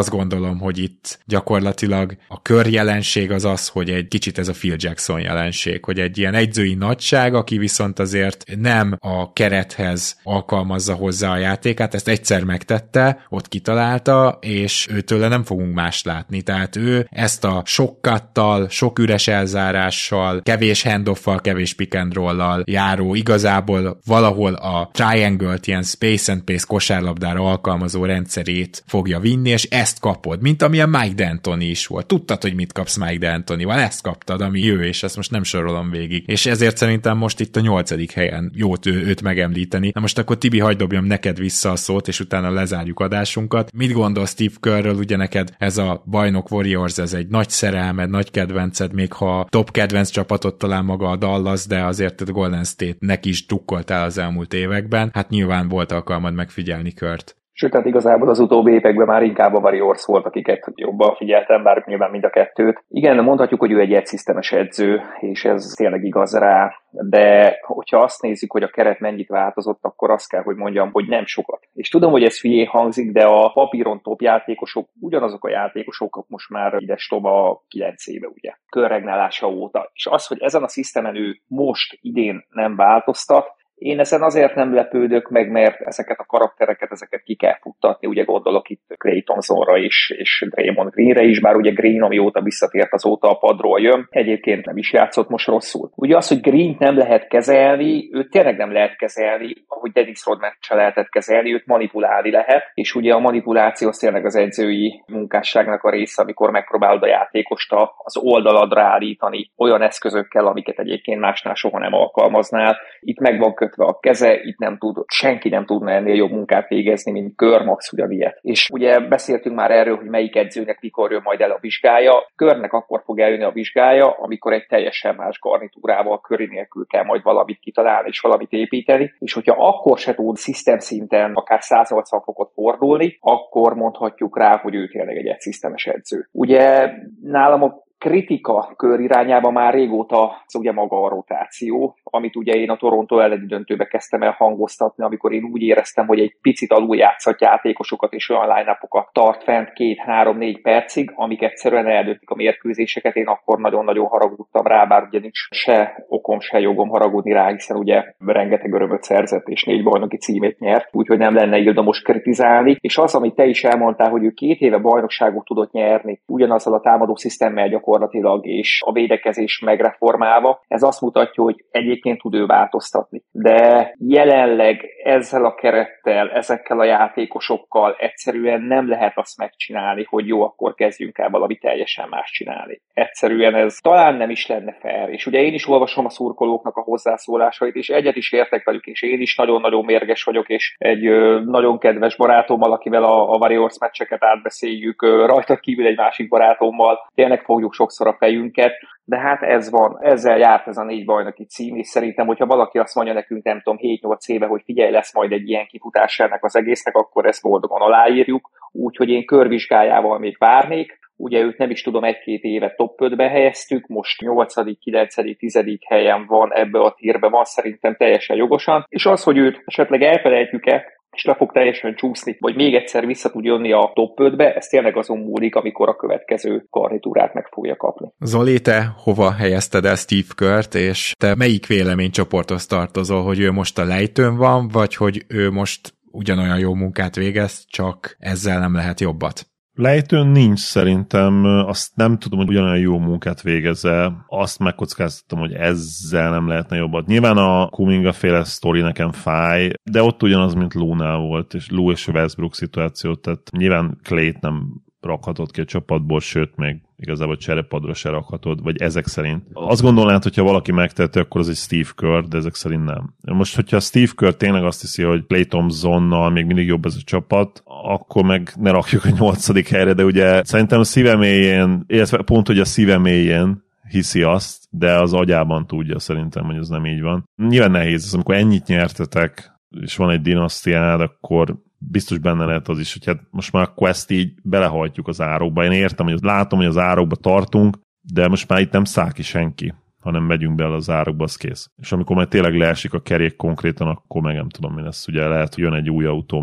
azt gondolom, hogy itt gyakorlatilag a körjelenség az, hogy egy kicsit ez a Phil Jackson jelenség, hogy egy ilyen egyzői nagyság, aki viszont azért nem a kerethez alkalmazza hozzá a játékát, ezt egyszer megtette, ott kitalálta, és őtőle nem fogunk mást látni. Tehát ő ezt a sok cuttal, sok üres elzárással, kevés handoffal, kevés pick and roll-lal járó, igazából valahol a triangle-t, ilyen space and pace kosárlabdára alkalmazó rendszerét fogja vinni, és ezt kapod, mint amilyen Mike D'Antoni is volt. Tudtad, hogy mit kapsz Mike D'Antonival, ezt kaptad, ami ő, és ezt most nem sorolom végig. És ezért szerintem most itt a 8. helyen jót őt megemlíteni. Na most akkor Tibi, hagyd dobjam neked vissza a szót, és utána lezárjuk adásunkat. Mit gondolsz Steve Kerrről? Ugye neked ez a bajnok Warriors, ez egy nagy szerelmed, nagy kedvenced, még ha top kedvenc csapatot talán maga a Dallas, de azért a Golden State-nek is drukkoltál az elmúlt években. Hát nyilván volt alkalmad megfigyelni Kört. Sőt, hát igazából az utóbbi években már inkább a Warriors volt, akiket jobban figyeltem, bár nyilván mind a kettőt. Igen, mondhatjuk, hogy ő egy egyszisztemes edző, és ez tényleg igaz rá, de hogyha azt nézzük, hogy a keret mennyit változott, akkor azt kell, hogy mondjam, hogy nem sokat. És tudom, hogy ez hülyén hangzik, de a papíron top játékosok ugyanazok a játékosok most már ides a 9 éve, ugye, körregnálása óta. És az, hogy ezen a szisztemen ő most idén nem változtat, én ezen azért nem lepődök meg, mert ezeket a karaktereket, ezeket ki kell futtatni, ugye gondolok itt Klay Thompsonra is, és Draymond Greenre is, bár ugye Green, amióta visszatért, azóta a padról jön, egyébként nem is játszott most rosszul. Ugye az, hogy Greent nem lehet kezelni, őt tényleg nem lehet kezelni, ahogy Dennis Rodman se lehetett kezelni, őt manipulálni lehet, és ugye a manipuláció az tényleg az edzői munkásságnak a része, amikor megpróbálod a játékost az oldaladra állítani olyan eszközökkel, amiket egyébként másnál soha nem alkalmaznál. Itt meg van kötve a keze, itt senki nem tudna ennél jobb munkát végezni, mint Kerr, Max ugyanilyet. És ugye beszéltünk már erről, hogy melyik edzőnek mikor jön majd el a vizsgája. Kerrnek akkor fog eljönni a vizsgája, amikor egy teljesen más garnitúrával, Curry nélkül kell majd valamit kitalálni és valamit építeni, és hogyha akkor se tud system szinten akár 180 fokot fordulni, akkor mondhatjuk rá, hogy ő tényleg egy szisztemes edző. Ugye nálam a kritika Kerr irányába már régóta az ugye maga a rotáció, amit ugye én a Toronto elleni döntőbe kezdtem el hangoztatni, amikor én úgy éreztem, hogy egy picit aluljátszott játékosokat és olyan line-upokat tart fent 2-3-4 percig, amik egyszerűen eldöntik a mérkőzéseket. Én akkor nagyon-nagyon haragudtam rá, bár ugye nincs se okom, se jogom haragudni rá, hiszen ugye rengeteg örömöt szerzett és 4 bajnoki címét nyert, úgyhogy nem lenne ildomos kritizálni. És az, amit te is elmondtál, hogy ő 2 éve bajnokságot tudott nyerni, ugyanazzal a támadó szisztemmel gyakorlatilag, és a védekezés megreformálva, ez azt mutatja, hogy egyébként tud ő változtatni. De jelenleg ezzel a kerettel, ezekkel a játékosokkal egyszerűen nem lehet azt megcsinálni, hogy jó, akkor kezdjünk el valami teljesen más csinálni. Egyszerűen ez talán nem is lenne fair. És ugye én is olvasom a szurkolóknak a hozzászólásait, és egyet is értek velük, és én is nagyon-nagyon mérges vagyok, és egy nagyon kedves barátommal, akivel a Warriors meccseket átbeszéljük, rajtad kívül egy másik barátommal, tényleg fogjuk sokszor a fejünket, de hát ez van, ezzel járt ez a 4 bajnoki cím, és szerintem, hogyha valaki azt mondja nekünk, nem tudom, 7-8 éve, hogy figyelj, lesz majd egy ilyen kifutás ennek az egésznek, akkor ezt boldogan aláírjuk, úgyhogy én Kerr vizsgájával még várnék. Ugye őt nem is tudom, 1-2 éve top 5-be helyeztük, most 8., 9., 10. helyen van, ebbe a tírbe van, szerintem teljesen jogosan, és az, hogy őt esetleg elfelejtjük-e, és le fog teljesen csúszni, vagy még egyszer vissza tud jönni a top 5-be, ez tényleg azon múlik, amikor a következő garnitúrát meg fogja kapni. Zoli, te hova helyezted el Steve Kerrt, és te melyik véleménycsoporthoz tartozol, hogy ő most a lejtőn van, vagy hogy ő most ugyanolyan jó munkát végez, csak ezzel nem lehet jobbat? Lejtőn nincs szerintem, azt nem tudom, hogy ugyanolyan jó munkát végezze, azt megkockáztattam, hogy ezzel nem lehetne jobbat. Nyilván a Kuminga féle sztori nekem fáj, de ott ugyanaz, mint Lou-nál volt, és Lou és Westbrook szituációt, tehát nyilván Clayt nem rakhatod ki a csapatból, sőt, még igazából cserepadra se rakhatod, vagy ezek szerint. Azt gondolnád, hogyha valaki megteheti, akkor az egy Steve Kerr, de ezek szerint nem. Most, hogyha Steve Kerr tényleg azt hiszi, hogy Klay Thompsonnal még mindig jobb ez a csapat, akkor meg ne rakjuk a 8. helyre, de ugye szerintem a szíve mélyén, illetve pont, hogy a szíve mélyén hiszi azt, de az agyában tudja szerintem, hogy ez nem így van. Nyilván nehéz, az, amikor ennyit nyertetek, és van egy dinasztiád, akkor biztos benne lehet az is, hogy hát most már akkor ezt így belehajtjuk az árokba. Én értem, hogy látom, hogy az árokba tartunk, de most már itt nem száll ki senki, hanem megyünk bele az árokba, az kész. És amikor majd tényleg leesik a kerék konkrétan, akkor meg nem tudom, mi lesz. Ugye lehet, hogy jön egy új autó majd.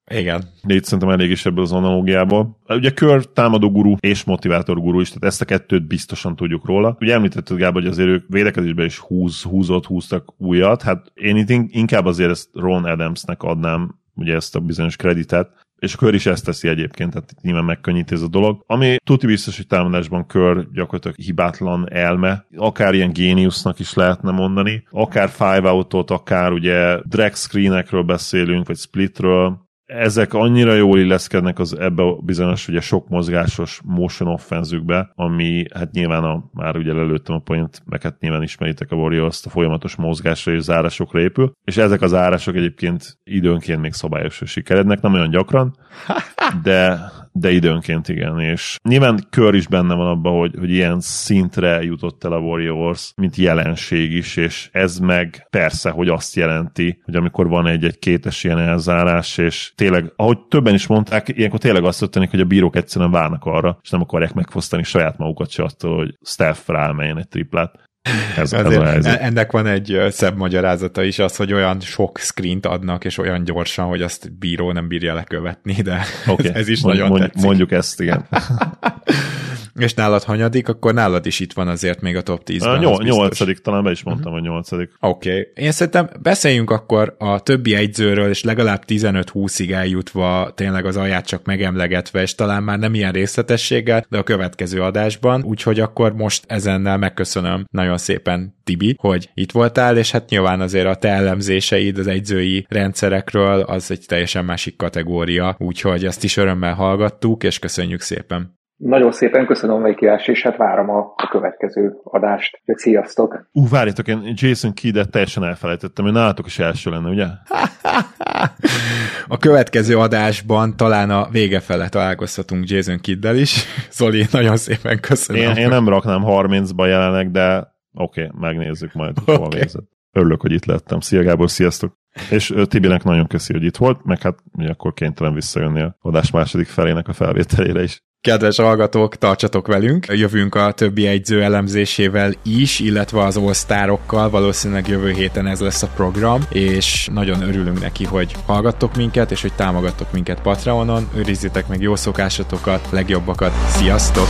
Igen. Így szerintem elég is ebből az analógiából. Ugye Kör támadó guru és motivátor guru is, tehát ezt a kettőt biztosan tudjuk róla. Ugye említetted, Gábor, hogy azért ők védekezésben is húztak újat, hát én itt inkább azért ezt Ron Adamsnek adnám, ugye ezt a bizonyos kreditet, és a Kör is ezt teszi egyébként, tehát nyilván megkönnyíti ez a dolog. Ami tuti biztos, hogy támadásban Kör gyakorlatilag hibátlan elme, akár ilyen géniusznak is lehetne mondani, akár 5-outot, akár ugye drag screenekről beszélünk, vagy splitről, ezek annyira jól illeszkednek ebbe a bizonyos ugye sok mozgásos motion offenzükbe, ami hát nyilván már ugye lelőttem a point, meg hát nyilván ismeritek a Warriors-t, a folyamatos mozgásra és zárásokra épül, és ezek az zárások egyébként időnként még szabályosan sikerednek, nem olyan gyakran, de időnként igen, és nyilván Kör is benne van abban, hogy ilyen szintre jutott el a Warriors, mint jelenség is, és ez meg persze, hogy azt jelenti, hogy amikor van egy kétes ilyen elzárás, és tényleg, ahogy többen is mondták, ilyenkor tényleg azt történik, hogy a bírók egyszerűen várnak arra, és nem akarják megfosztani saját magukat se attól, hogy Steph ráemeljen egy triplát. Ez ennek van egy szebb magyarázata is, az, hogy olyan sok screent adnak, és olyan gyorsan, hogy azt bíró nem bírja lekövetni, de okay. ez is nagyon tetszik. Mondjuk ezt, igen. És nálad hanyadik, akkor nálad is itt van azért még a top 10-ben. 8. talán be is mondtam, hogy 8. Oké. Én szerintem beszéljünk akkor a többi egyzőről, és legalább 15-20-ig eljutva tényleg az alját csak megemlegetve, és talán már nem ilyen részletességgel, de a következő adásban. Úgyhogy akkor most ezennel megköszönöm nagyon szépen, Tibi, hogy itt voltál, és hát nyilván azért a te elemzéseid az egyzői rendszerekről az egy teljesen másik kategória, úgyhogy ezt is örömmel hallgattuk, és köszönjük szépen. Nagyon szépen köszönöm a meghívást, és hát várom a következő adást. Sziasztok! Várjatok, én Jason Kiddet teljesen elfelejtettem, hogy nálatok is első lenne, ugye? A következő adásban talán a vége fele találkozhatunk Jason Kiddel is. Zoli, nagyon szépen köszönöm. Én nem raknám 30-ba jelenleg, de oké, megnézzük majd, hogy hol végzett. Örülök, hogy itt lettem. Szia Gábor, sziasztok! És Tibinek nagyon köszi, hogy itt volt, meg hát akkor kénytelen visszajönni a adás második felének a felvételére is. Kedves hallgatók, tartsatok velünk! Jövünk a többi egyző elemzésével is, illetve az All-Starokkal, valószínűleg jövő héten ez lesz a program, és nagyon örülünk neki, hogy hallgattok minket, és hogy támogattok minket Patreonon, őrizzitek meg jó szokásatokat, legjobbakat, sziasztok!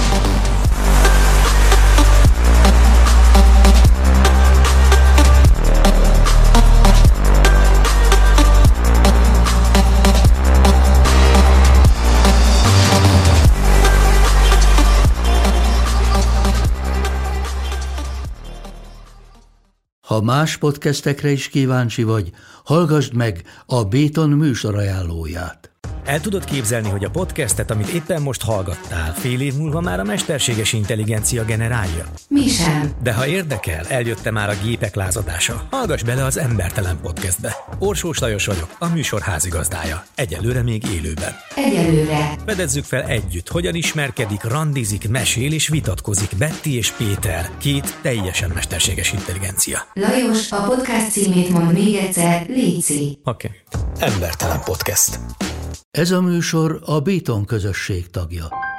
Ha más podcastekre is kíváncsi vagy, hallgassd meg a Béton műsor ajánlóját. El tudod képzelni, hogy a podcastet, amit éppen most hallgattál, fél év múlva már a mesterséges intelligencia generálja? Mi sem. De ha érdekel, eljött már a gépek lázadása. Hallgass bele az Embertelen Podcastbe. Orsós Lajos vagyok, a műsor házigazdája. Egyelőre még élőben. Egyelőre. Fedezzük fel együtt, hogyan ismerkedik, randizik, mesél és vitatkozik Betty és Péter, két teljesen mesterséges intelligencia. Lajos, a podcast címét mond még egyszer, léci. Oké. Embertelen Podcast. Ez a műsor a Béton közösség tagja.